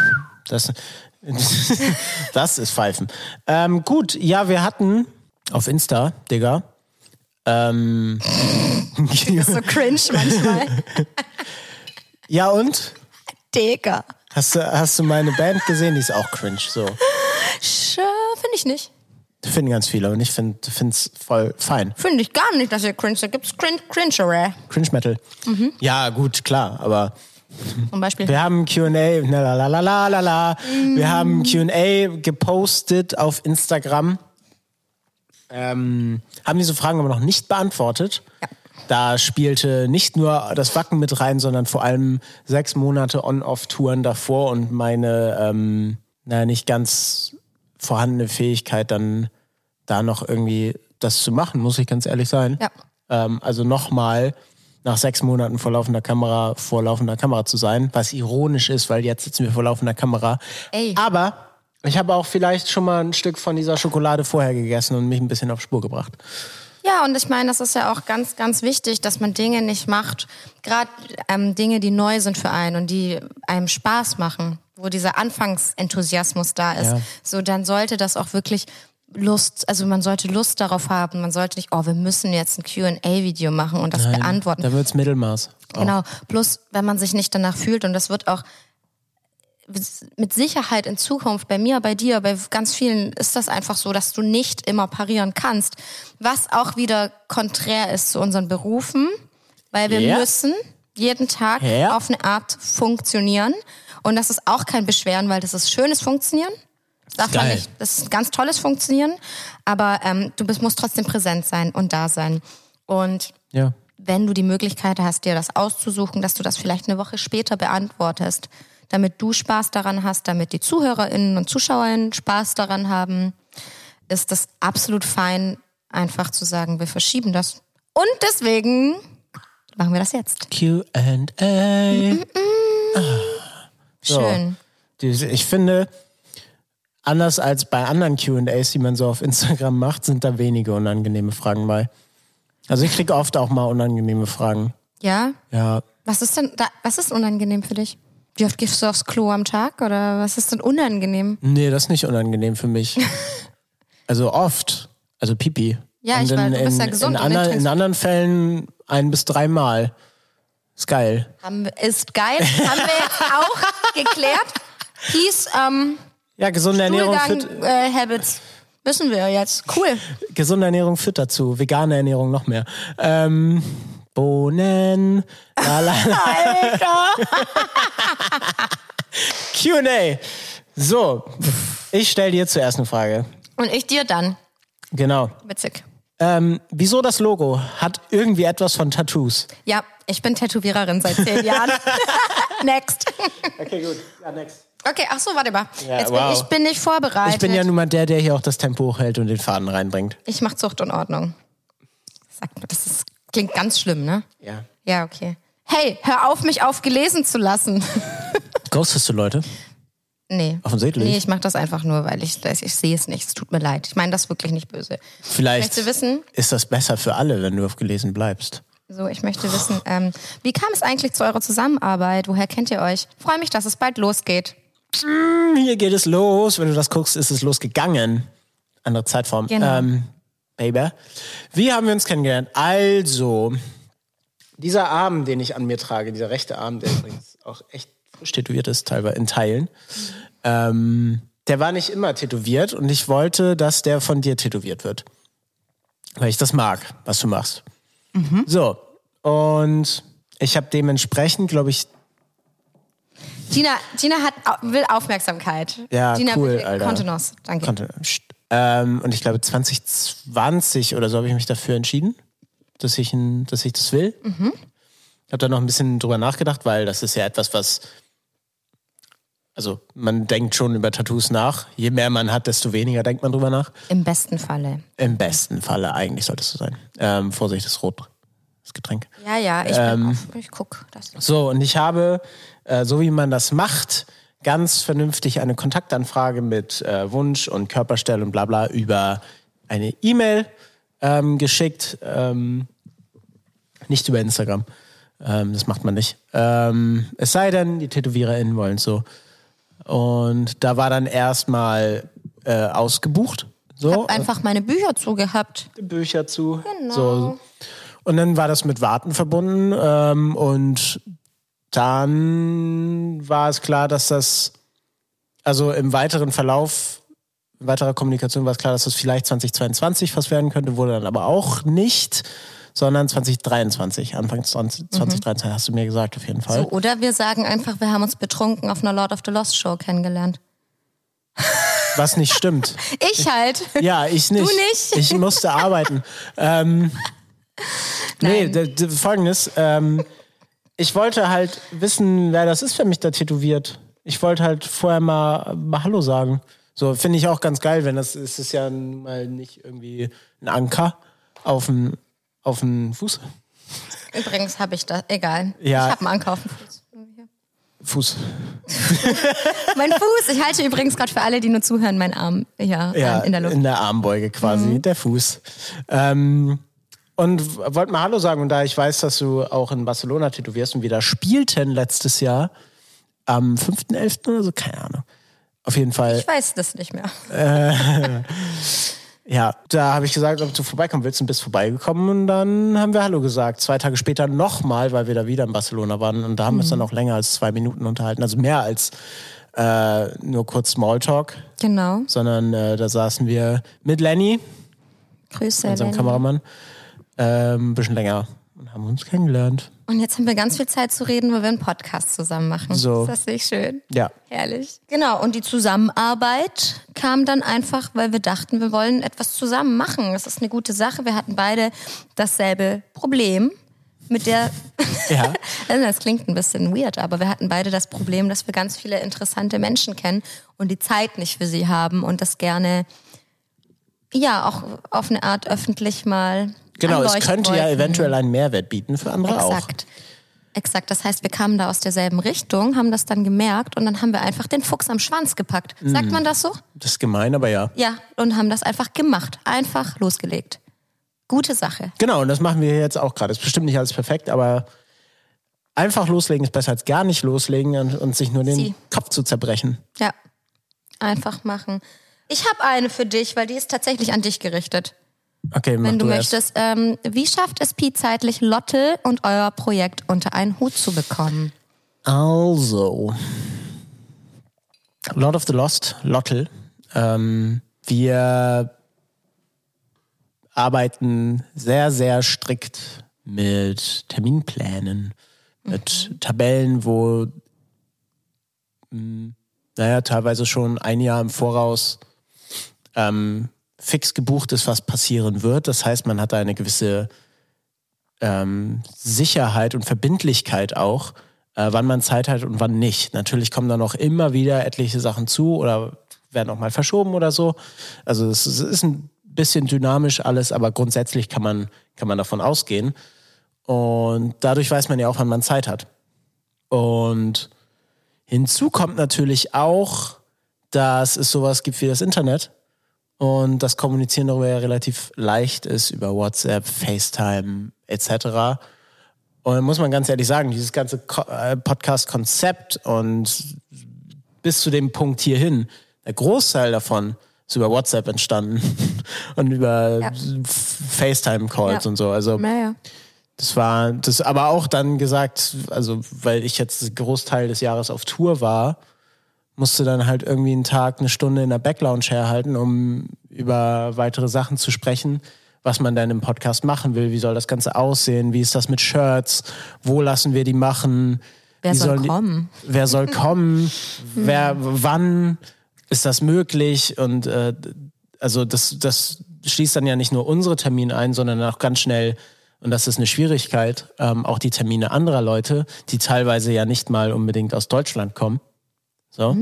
das ist Pfeifen. Gut, ja, wir hatten auf Insta, Digga. Das ist so cringe manchmal. Ja und? Digga. Hast du meine Band gesehen? Die ist auch cringe, so. Finde ich nicht. Finden ganz viele und ich finde es voll fein. Finde ich gar nicht, dass ihr cringe. Da gibt's Cringe-Metal. Cringe-Metal. Ja, gut, klar, aber Zum Beispiel. wir haben Q&A, wir haben Q&A gepostet auf Instagram. Haben diese Fragen aber noch nicht beantwortet. Ja. Da spielte nicht nur das Wacken mit rein, sondern vor allem 6 Monate On-Off-Touren davor und meine nicht ganz vorhandene Fähigkeit, dann da noch irgendwie das zu machen, muss ich ganz ehrlich sein. Ja. Also nochmal nach 6 Monaten vor laufender Kamera zu sein, was ironisch ist, weil jetzt sitzen wir vor laufender Kamera. Ey. Aber ich habe auch vielleicht schon mal ein Stück von dieser Schokolade vorher gegessen und mich ein bisschen auf Spur gebracht. Ja, und ich meine, das ist ja auch ganz, ganz wichtig, dass man Dinge nicht macht, gerade Dinge, die neu sind für einen und die einem Spaß machen, wo dieser Anfangsenthusiasmus da ist. Ja. So, dann sollte das auch wirklich man sollte Lust darauf haben. Man sollte nicht, wir müssen jetzt ein Q&A-Video machen und das beantworten. Da wird's Mittelmaß. Genau, plus wenn man sich nicht danach fühlt und das wird auch mit Sicherheit in Zukunft bei mir, bei dir, bei ganz vielen ist das einfach so, dass du nicht immer parieren kannst, was auch wieder konträr ist zu unseren Berufen, weil wir müssen jeden Tag auf eine Art funktionieren und das ist auch kein Beschweren, weil das ist schönes Funktionieren. Das darf man nicht. Das ist ein ganz tolles Funktionieren, aber musst trotzdem präsent sein und da sein. Und wenn du die Möglichkeit hast, dir das auszusuchen, dass du das vielleicht eine Woche später beantwortest, damit du Spaß daran hast, damit die ZuhörerInnen und ZuschauerInnen Spaß daran haben, ist das absolut fein, einfach zu sagen, wir verschieben das. Und deswegen machen wir das jetzt. Q&A. Schön. Ich finde, anders als bei anderen Q&As, die man so auf Instagram macht, sind da wenige unangenehme Fragen bei. Also ich kriege oft auch mal unangenehme Fragen. Ja? Ja. Was ist unangenehm für dich? Wie oft gehst du aufs Klo am Tag oder was ist denn unangenehm? Nee, das ist nicht unangenehm für mich. Also oft. Also Pipi. Ja, und du bist ja gesund. In anderen Fällen 1 bis 3 Mal. Ist geil. Ist geil. Haben wir jetzt auch geklärt. Peace, ja, gesunde Ernährung Habits. Wissen wir jetzt. Cool. Gesunde Ernährung führt dazu. Vegane Ernährung noch mehr. Bohnen. Alter. Q&A. So, ich stelle dir zuerst eine Frage. Und ich dir dann. Genau. Witzig. Wieso das Logo? Hat irgendwie etwas von Tattoos. Ja, ich bin Tätowiererin seit 10 Jahren. Next. Okay, gut. Ja, next. Okay, ach so, warte mal. Ja, Jetzt wow. ich bin nicht vorbereitet. Ich bin ja nun mal der hier auch das Tempo hochhält und den Faden reinbringt. Ich mach Zucht und Ordnung. Klingt ganz schlimm, ne? Ja. Ja, okay. Hey, hör auf, mich aufgelesen zu lassen. Ghostest du Leute? Nee. Offensichtlich. Nee, ich mach das einfach nur, weil ich sehe es nicht. Es tut mir leid. Ich meine das wirklich nicht böse. Vielleicht Ich möchte wissen, ist das besser für alle, wenn du aufgelesen bleibst. ich möchte wissen, wie kam es eigentlich zu eurer Zusammenarbeit? Woher kennt ihr euch? Freue mich, dass es bald losgeht. Hier geht es los. Wenn du das guckst, ist es losgegangen. Andere Zeitform. Genau. Baby. Wie haben wir uns kennengelernt? Also, dieser Arm, den ich an mir trage, dieser rechte Arm, der übrigens auch echt frisch tätowiert ist, teilweise in Teilen, der war nicht immer tätowiert und ich wollte, dass der von dir tätowiert wird. Weil ich das mag, was du machst. Mhm. So, und ich habe dementsprechend, glaube ich... Gina will Aufmerksamkeit. Ja, Gina cool, will Alter. Kontenance, danke. Und ich glaube 2020 oder so habe ich mich dafür entschieden, dass ich das will. Mhm. Ich habe da noch ein bisschen drüber nachgedacht, weil das ist ja etwas, was... Also man denkt schon über Tattoos nach. Je mehr man hat, desto weniger denkt man drüber nach. Im besten Falle. Im besten Falle, eigentlich sollte es so sein. Vorsicht, das ist rot, das Getränk. Ja, ich guck das. So, und ich habe, so wie man das macht, ganz vernünftig eine Kontaktanfrage mit Wunsch und Körperstelle und bla bla über eine E-Mail geschickt. Nicht über Instagram. Das macht man nicht. Es sei denn, die TätowiererInnen wollen es so. Und da war dann erstmal ausgebucht. So. Ich habe einfach meine Bücher zugehabt. Bücher zu. Genau. So. Und dann war das mit Warten verbunden. Und dann war es klar, dass das, also im weiteren Verlauf in weiterer Kommunikation war es klar, dass es vielleicht 2022 was werden könnte, wurde dann aber auch nicht, sondern 2023, Anfang 2023 hast du mir gesagt, auf jeden Fall. So, oder wir sagen einfach, wir haben uns betrunken auf einer Lord of the Lost Show kennengelernt. Was nicht stimmt. Ich halt. Ja, ich nicht. Du nicht? Ich musste arbeiten. Folgendes. Ich wollte halt wissen, wer das ist, wer mich da tätowiert. Ich wollte halt vorher mal Hallo sagen. So, finde ich auch ganz geil, wenn das ist ja mal nicht irgendwie ein Anker auf dem Fuß. Übrigens habe ich das, egal. Ja. Ich habe einen Anker auf dem Fuß. Fuß. Mein Fuß. Ich halte übrigens gerade für alle, die nur zuhören, meinen Arm in der Luft. In der Armbeuge quasi, der Fuß. Und wollte mal Hallo sagen. Und da ich weiß, dass du auch in Barcelona tätowierst und wir da spielten letztes Jahr am 5.11. oder so, keine Ahnung. Auf jeden Fall. Ich weiß das nicht mehr. Ja, da habe ich gesagt, ob du vorbeikommen willst und bist vorbeigekommen und dann haben wir Hallo gesagt. 2 Tage später nochmal, weil wir da wieder in Barcelona waren und da haben wir uns dann auch länger als 2 Minuten unterhalten, also mehr als nur kurz Smalltalk. Genau. Sondern da saßen wir mit Lenny, Grüße, unserem Lenny. Kameramann, ein bisschen länger und haben uns kennengelernt. Und jetzt haben wir ganz viel Zeit zu reden, weil wir einen Podcast zusammen machen. So. Ist das nicht schön? Ja. Herrlich. Genau, und die Zusammenarbeit kam dann einfach, weil wir dachten, wir wollen etwas zusammen machen. Das ist eine gute Sache. Wir hatten beide dasselbe Problem mit der... Ja. Das klingt ein bisschen weird, aber wir hatten beide das Problem, dass wir ganz viele interessante Menschen kennen und die Zeit nicht für sie haben und das gerne, ja, auch auf eine Art öffentlich mal... Genau, es anleuchten könnte ja wollten. eventuell einen Mehrwert bieten für andere auch. Exakt. Das heißt, wir kamen da aus derselben Richtung, haben das dann gemerkt und dann haben wir einfach den Fuchs am Schwanz gepackt. Sagt man das so? Das ist gemein, aber ja. Ja, und haben das einfach gemacht. Einfach losgelegt. Gute Sache. Genau, und das machen wir jetzt auch gerade. Ist bestimmt nicht alles perfekt, aber einfach loslegen ist besser als gar nicht loslegen und sich nur den Kopf zu zerbrechen. Ja, einfach machen. Ich habe eine für dich, weil die ist tatsächlich an dich gerichtet. Okay, mach Wenn du erst. möchtest. Wie schafft es Pi zeitlich, Lotte und euer Projekt unter einen Hut zu bekommen? Also, Lord of the Lost, Lottel. Wir arbeiten sehr, sehr strikt mit Terminplänen, mit Tabellen, wo teilweise schon ein Jahr im Voraus fix gebucht ist, was passieren wird. Das heißt, man hat da eine gewisse Sicherheit und Verbindlichkeit auch, wann man Zeit hat und wann nicht. Natürlich kommen da noch immer wieder etliche Sachen zu oder werden auch mal verschoben oder so. Also es ist ein bisschen dynamisch alles, aber grundsätzlich kann man davon ausgehen. Und dadurch weiß man ja auch, wann man Zeit hat. Und hinzu kommt natürlich auch, dass es sowas gibt wie das Internet. Und das Kommunizieren darüber ja relativ leicht ist, über WhatsApp, FaceTime etc. Und muss man ganz ehrlich sagen, dieses ganze Podcast-Konzept und bis zu dem Punkt hierhin, der Großteil davon ist über WhatsApp entstanden und über FaceTime-Calls und so. Also das aber auch dann gesagt, also weil ich jetzt den Großteil des Jahres auf Tour war, musste dann halt irgendwie einen Tag, eine Stunde in der Backlounge herhalten, um über weitere Sachen zu sprechen, was man dann im Podcast machen will. Wie soll das Ganze aussehen? Wie ist das mit Shirts? Wo lassen wir die machen? Wer soll kommen? Wer soll kommen? Wann ist das möglich? Und also das schließt dann ja nicht nur unsere Termine ein, sondern auch ganz schnell, und das ist eine Schwierigkeit, auch die Termine anderer Leute, die teilweise ja nicht mal unbedingt aus Deutschland kommen. So.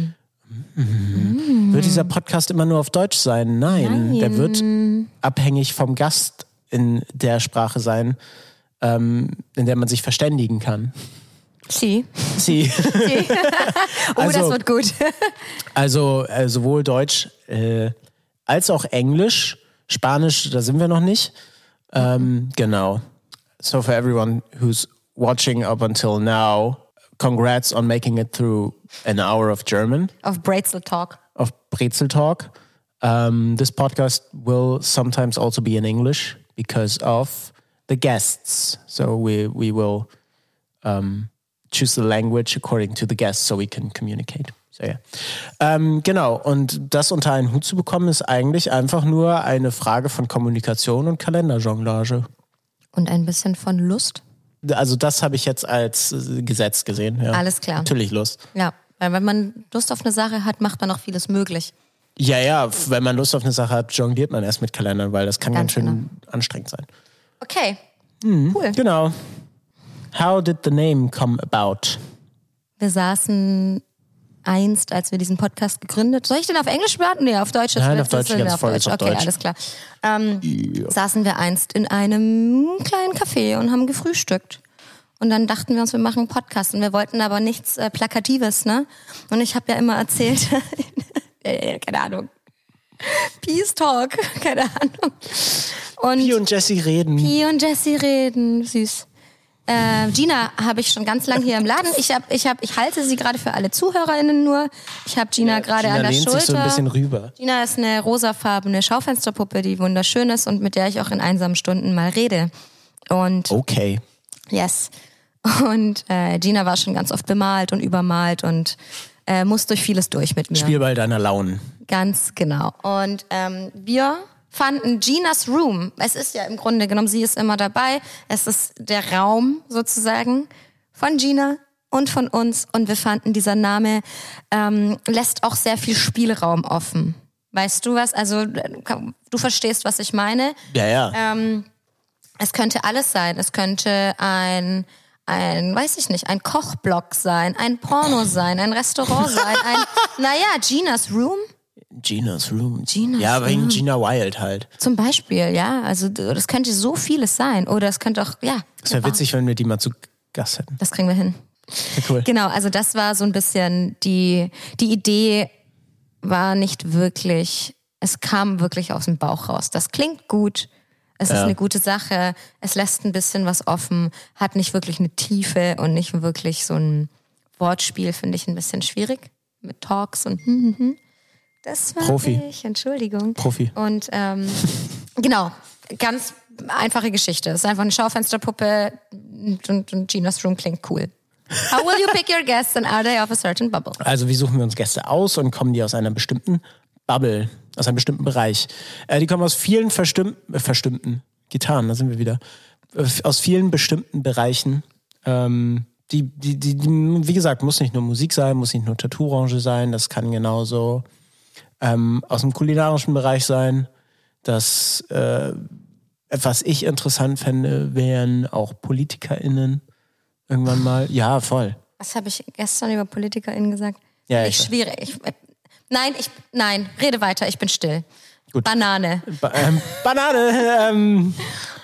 Wird dieser Podcast immer nur auf Deutsch sein? Nein. Der wird abhängig vom Gast in der Sprache sein, in der man sich verständigen kann. Sie. Also, das wird gut. Also sowohl Deutsch als auch Englisch. Spanisch, da sind wir noch nicht. Genau. So for everyone who's watching up until now, congrats on making it through an hour of German. Of Brezel Talk. This podcast will sometimes also be in English because of the guests. So we will choose the language according to the guest so we can communicate. So, yeah. Genau, und das unter einen Hut zu bekommen, ist eigentlich einfach nur eine Frage von Kommunikation und Kalenderjonglage. Und ein bisschen von Lust? Also das habe ich jetzt als Gesetz gesehen. Ja. Alles klar. Natürlich Lust. Ja, weil wenn man Lust auf eine Sache hat, macht man auch vieles möglich. Ja, wenn man Lust auf eine Sache hat, jongliert man erst mit Kalendern, weil das kann ganz schön anstrengend sein. Okay, cool. Genau. How did the name come about? Wir saßen einst, als wir diesen Podcast gegründet. Soll ich den auf Englisch beantworten? Nee, auf Deutsch. Nein, auf Deutsch. Auf Deutsch. Okay, alles klar. Saßen wir einst in einem kleinen Café und haben gefrühstückt. Und dann dachten wir uns, wir machen einen Podcast. Und wir wollten aber nichts Plakatives, ne? Und ich habe ja immer erzählt, keine Ahnung, Peace Talk, keine Ahnung. Und Pi und Jessie reden. Süß. Gina habe ich schon ganz lang hier im Laden. Ich halte sie gerade für alle ZuhörerInnen nur. Ich habe Gina gerade an der lehnt Schulter. Sich so ein bisschen rüber. Gina ist eine rosafarbene Schaufensterpuppe, die wunderschön ist und mit der ich auch in einsamen Stunden mal rede. Und okay. Yes. Und Gina war schon ganz oft bemalt und übermalt und muss durch vieles durch mit mir. Spielball deiner Launen. Ganz genau. Und wir fanden Ginas Room, es ist ja im Grunde genommen, sie ist immer dabei, es ist der Raum sozusagen von Gina und von uns und wir fanden, dieser Name lässt auch sehr viel Spielraum offen. Weißt du was? Also du verstehst, was ich meine. Ja. Es könnte alles sein. Es könnte ein Kochblock sein, ein Porno sein, ein Restaurant sein, Ginas Room. Gina's Room. Ja, wegen Gina Wild halt. Zum Beispiel, ja. Also das könnte so vieles sein. Oder es könnte auch, ja. Es wäre witzig, wenn wir die mal zu Gast hätten. Das kriegen wir hin. Ja, cool. Genau, also das war so ein bisschen, die Idee war nicht wirklich, es kam wirklich aus dem Bauch raus. Das klingt gut, es ist eine gute Sache, es lässt ein bisschen was offen, hat nicht wirklich eine Tiefe und nicht wirklich so ein Wortspiel, finde ich ein bisschen schwierig. Mit Talks und Das war Profi. ich, Entschuldigung. Profi. Und genau, ganz einfache Geschichte. Es ist einfach eine Schaufensterpuppe und Gina's Room klingt cool. How will you pick your guests and are they of a certain bubble? Also wie suchen wir uns Gäste aus und kommen die aus einer bestimmten Bubble, aus einem bestimmten Bereich? Die kommen aus vielen verstimmten Gitarren, da sind wir wieder. Aus vielen bestimmten Bereichen. Die, wie gesagt, muss nicht nur Musik sein, muss nicht nur Tattoo-Orange sein, das kann genauso aus dem kulinarischen Bereich sein. Das, was ich interessant fände, wären auch PolitikerInnen irgendwann mal. Ja, voll. Was habe ich gestern über PolitikerInnen gesagt? Ja, schwierig. Nein, rede weiter, ich bin still. Gut. Banane. Banane.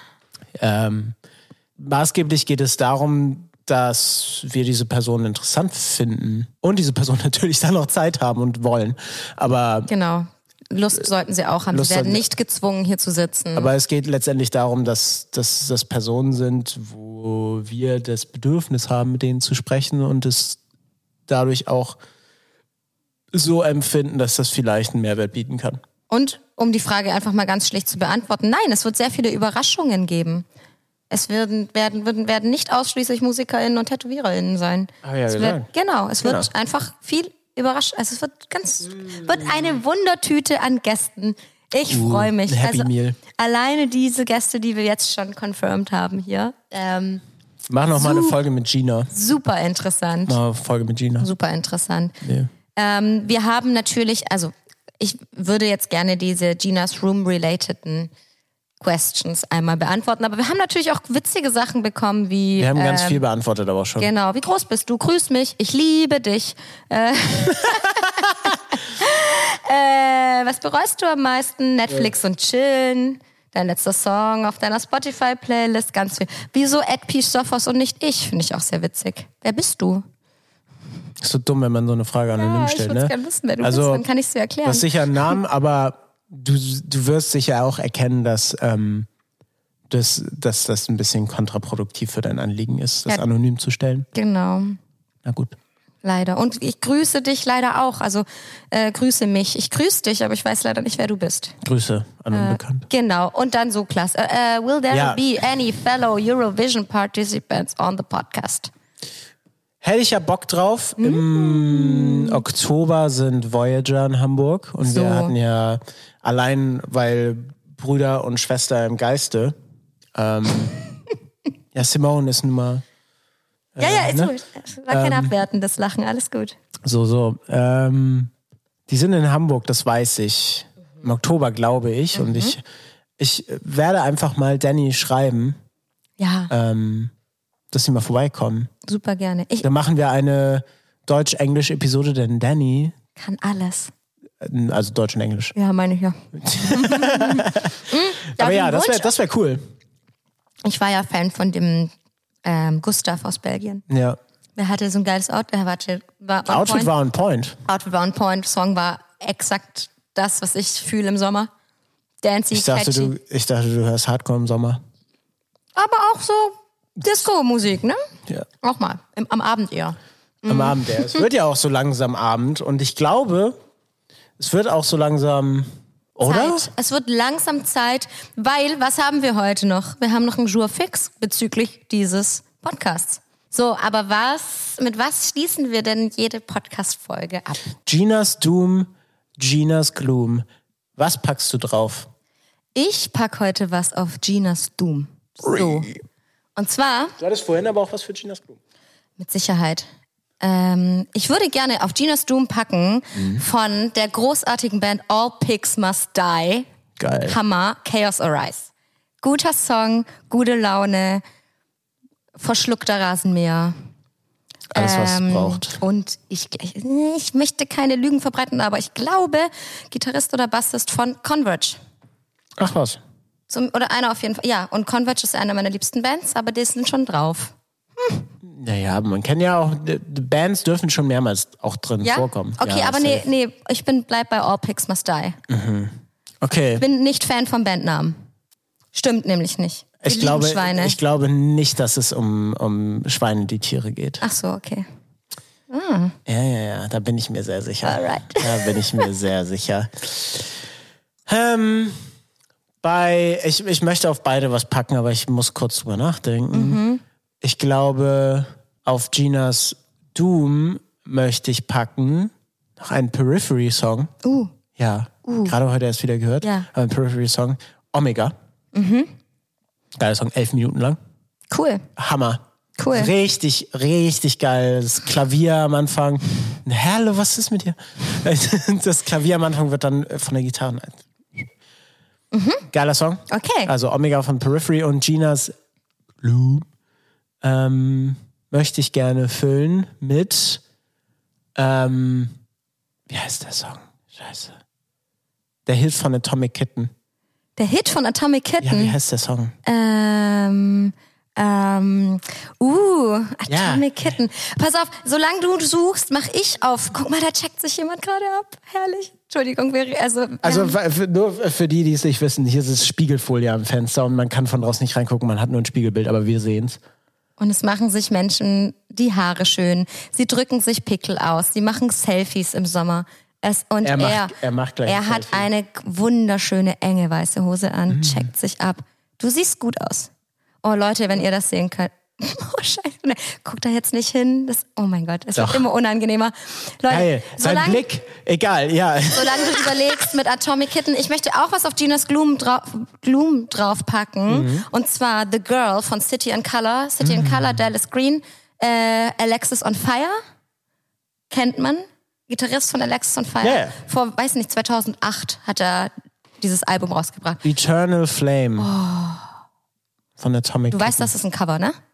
Maßgeblich geht es darum, dass wir diese Person interessant finden und diese Person natürlich dann noch Zeit haben und wollen. Aber genau. Lust sollten sie auch haben. Sie werden nicht gezwungen, hier zu sitzen. Aber es geht letztendlich darum, dass das Personen sind, wo wir das Bedürfnis haben, mit denen zu sprechen und es dadurch auch so empfinden, dass das vielleicht einen Mehrwert bieten kann. Und um die Frage einfach mal ganz schlicht zu beantworten, nein, es wird sehr viele Überraschungen geben. Es werden nicht ausschließlich MusikerInnen und TätowiererInnen sein. Es wird einfach viel überrascht. Also es wird eine Wundertüte an Gästen. Ich freue mich. Happy Meal. Alleine diese Gäste, die wir jetzt schon confirmed haben hier. Mach noch mal eine Folge mit Gina. Super interessant. Folge mit Gina. Super interessant. Yeah. Wir haben natürlich, also ich würde jetzt gerne diese Gina's Room-relateden Questions einmal beantworten, aber wir haben natürlich auch witzige Sachen bekommen, wie... Wir haben ganz viel beantwortet, aber auch schon. Genau, wie groß bist du? Grüß mich, ich liebe dich. Was bereust du am meisten? Netflix und Chillen. Dein letzter Song auf deiner Spotify-Playlist, ganz viel. Wieso Ed Pistoffos und nicht ich? Finde ich auch sehr witzig. Wer bist du? Ist so dumm, wenn man so eine Frage anonym stellt, ne? Ich würde gerne wissen, wer du bist, dann kann ich es dir erklären. Du hast sicher einen Namen, aber du wirst sicher auch erkennen, dass das ein bisschen kontraproduktiv für dein Anliegen ist, das anonym zu stellen. Genau. Na gut. Leider. Und ich grüße dich leider auch. Also grüße mich. Ich grüße dich, aber ich weiß leider nicht, wer du bist. Grüße an Unbekannt. Genau. Und dann so klasse. Will there be any fellow Eurovision participants on the podcast? Hätte ich ja Bock drauf. Im Oktober sind Voyager in Hamburg und wir hatten ja allein, weil Brüder und Schwester im Geiste, ja, Simone ist nun mal... Ja, ist gut. Es war kein abwertendes Lachen, alles gut. So. Die sind in Hamburg, das weiß ich. Im Oktober, glaube ich. Und ich werde einfach mal Danny schreiben, dass sie mal vorbeikommen. Super gerne. Dann machen wir eine Deutsch-Englisch-Episode, denn Danny kann alles. Also Deutsch und Englisch. Ja, meine ich ja. Aber ja, das wär cool. Ich war ja Fan von dem Gustav aus Belgien. Ja. Der hatte so ein geiles Outfit. Outfit war on point. Outfit war on point. Song war exakt das, was ich fühle im Sommer. Dancy, ich dachte, du hörst Hardcore im Sommer. Aber auch so Disco-Musik, ne? Ja. Auch mal. Am Abend eher. Am Abend eher. Es wird ja auch so langsam Abend und ich glaube, es wird auch so langsam... Oder? Zeit. Es wird langsam Zeit, weil, was haben wir heute noch? Wir haben noch einen Jour fix bezüglich dieses Podcasts. So, aber mit was schließen wir denn jede Podcast-Folge ab? Ginas Doom, Ginas Gloom. Was packst du drauf? Ich pack heute was auf Ginas Doom. So. Und zwar... Du hattest vorhin aber auch was für Ginas Gloom. Mit Sicherheit. Ich würde gerne auf Ginas Doom packen von der großartigen Band All Pigs Must Die. Geil. Hammer, Chaos Arise. Guter Song, gute Laune, verschluckter Rasenmäher. Alles, was es braucht. Und ich möchte keine Lügen verbreiten, aber ich glaube, Gitarrist oder Bassist von Converge. Ach was. Oder einer auf jeden Fall. Ja, und Converge ist eine meiner liebsten Bands, aber die sind schon drauf. Naja, man kann ja auch, die Bands dürfen schon mehrmals auch drin vorkommen. Okay, ja, aber nee, bleib bei All Pigs Must Die. Mhm. Okay. Ich bin nicht Fan von Bandnamen. Stimmt nämlich nicht. Ich glaube nicht, dass es um Schweine, die Tiere geht. Ach so, okay. Ja, da bin ich mir sehr sicher. Alright. Da bin ich mir sehr sicher. Ich möchte auf beide was packen, aber ich muss kurz drüber nachdenken. Ich glaube, auf Ginas Doom möchte ich packen noch einen Periphery-Song. Ja, gerade heute erst wieder gehört. Ja. Ein Periphery-Song. Omega. Geiler Song, 11 Minuten lang. Cool. Hammer. Cool. Richtig, richtig geil. Das Klavier am Anfang. Hallo, was ist mit dir? Das Klavier am Anfang wird dann von der Gitarre. Geiler Song. Okay. Also Omega von Periphery und Ginas Gloom möchte ich gerne füllen mit wie heißt der Song? Scheiße. Der Hit von Atomic Kitten. Der Hit von Atomic Kitten? Ja, wie heißt der Song? Atomic Kitten. Pass auf, solange du suchst, mach ich auf. Guck mal, da checkt sich jemand gerade ab. Herrlich. Entschuldigung, nur für die, die es nicht wissen, hier ist es Spiegelfolie am Fenster und man kann von draußen nicht reingucken, man hat nur ein Spiegelbild, aber wir sehen's. Und es machen sich Menschen die Haare schön. Sie drücken sich Pickel aus. Sie machen Selfies im Sommer. Er hat eine wunderschöne, enge weiße Hose an, checkt sich ab. Du siehst gut aus. Oh Leute, wenn ihr das sehen könnt. Oh Scheiße, guck da jetzt nicht hin. Oh mein Gott, es wird immer unangenehmer. Leute, geil, sein Blick, egal, ja. Solange du überlegst mit Atomic Kitten, ich möchte auch was auf Ginas Gloom draufpacken. Und zwar The Girl von City and Colour. City and Colour, Dallas Green, Alexis on Fire. Kennt man? Gitarrist von Alexis on Fire. Yeah. Vor, 2008 hat er dieses Album rausgebracht. Eternal Flame. Von Atomic Kitten. Du weißt, das ist ein Cover, ne?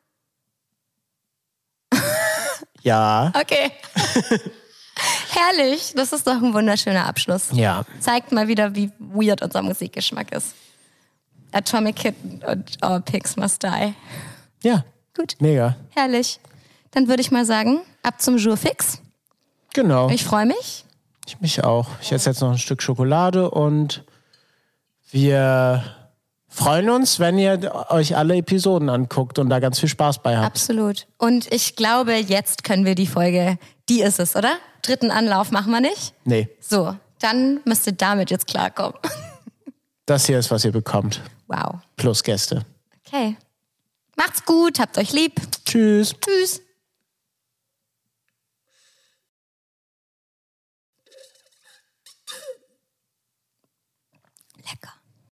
Ja. Okay. Herrlich. Das ist doch ein wunderschöner Abschluss. Ja. Zeigt mal wieder, wie weird unser Musikgeschmack ist. Atomic Kitten und All Pigs Must Die. Ja. Gut. Mega. Herrlich. Dann würde ich mal sagen, ab zum Jour fix. Genau. Ich freue mich. Ich mich auch. Ich esse jetzt noch ein Stück Schokolade und wir freuen uns, wenn ihr euch alle Episoden anguckt und da ganz viel Spaß bei habt. Absolut. Und ich glaube, jetzt können wir die Folge, die ist es, oder? 3. Anlauf machen wir nicht? Nee. So, dann müsst ihr damit jetzt klarkommen. Das hier ist, was ihr bekommt. Wow. Plus Gäste. Okay. Macht's gut, habt euch lieb. Tschüss. Tschüss.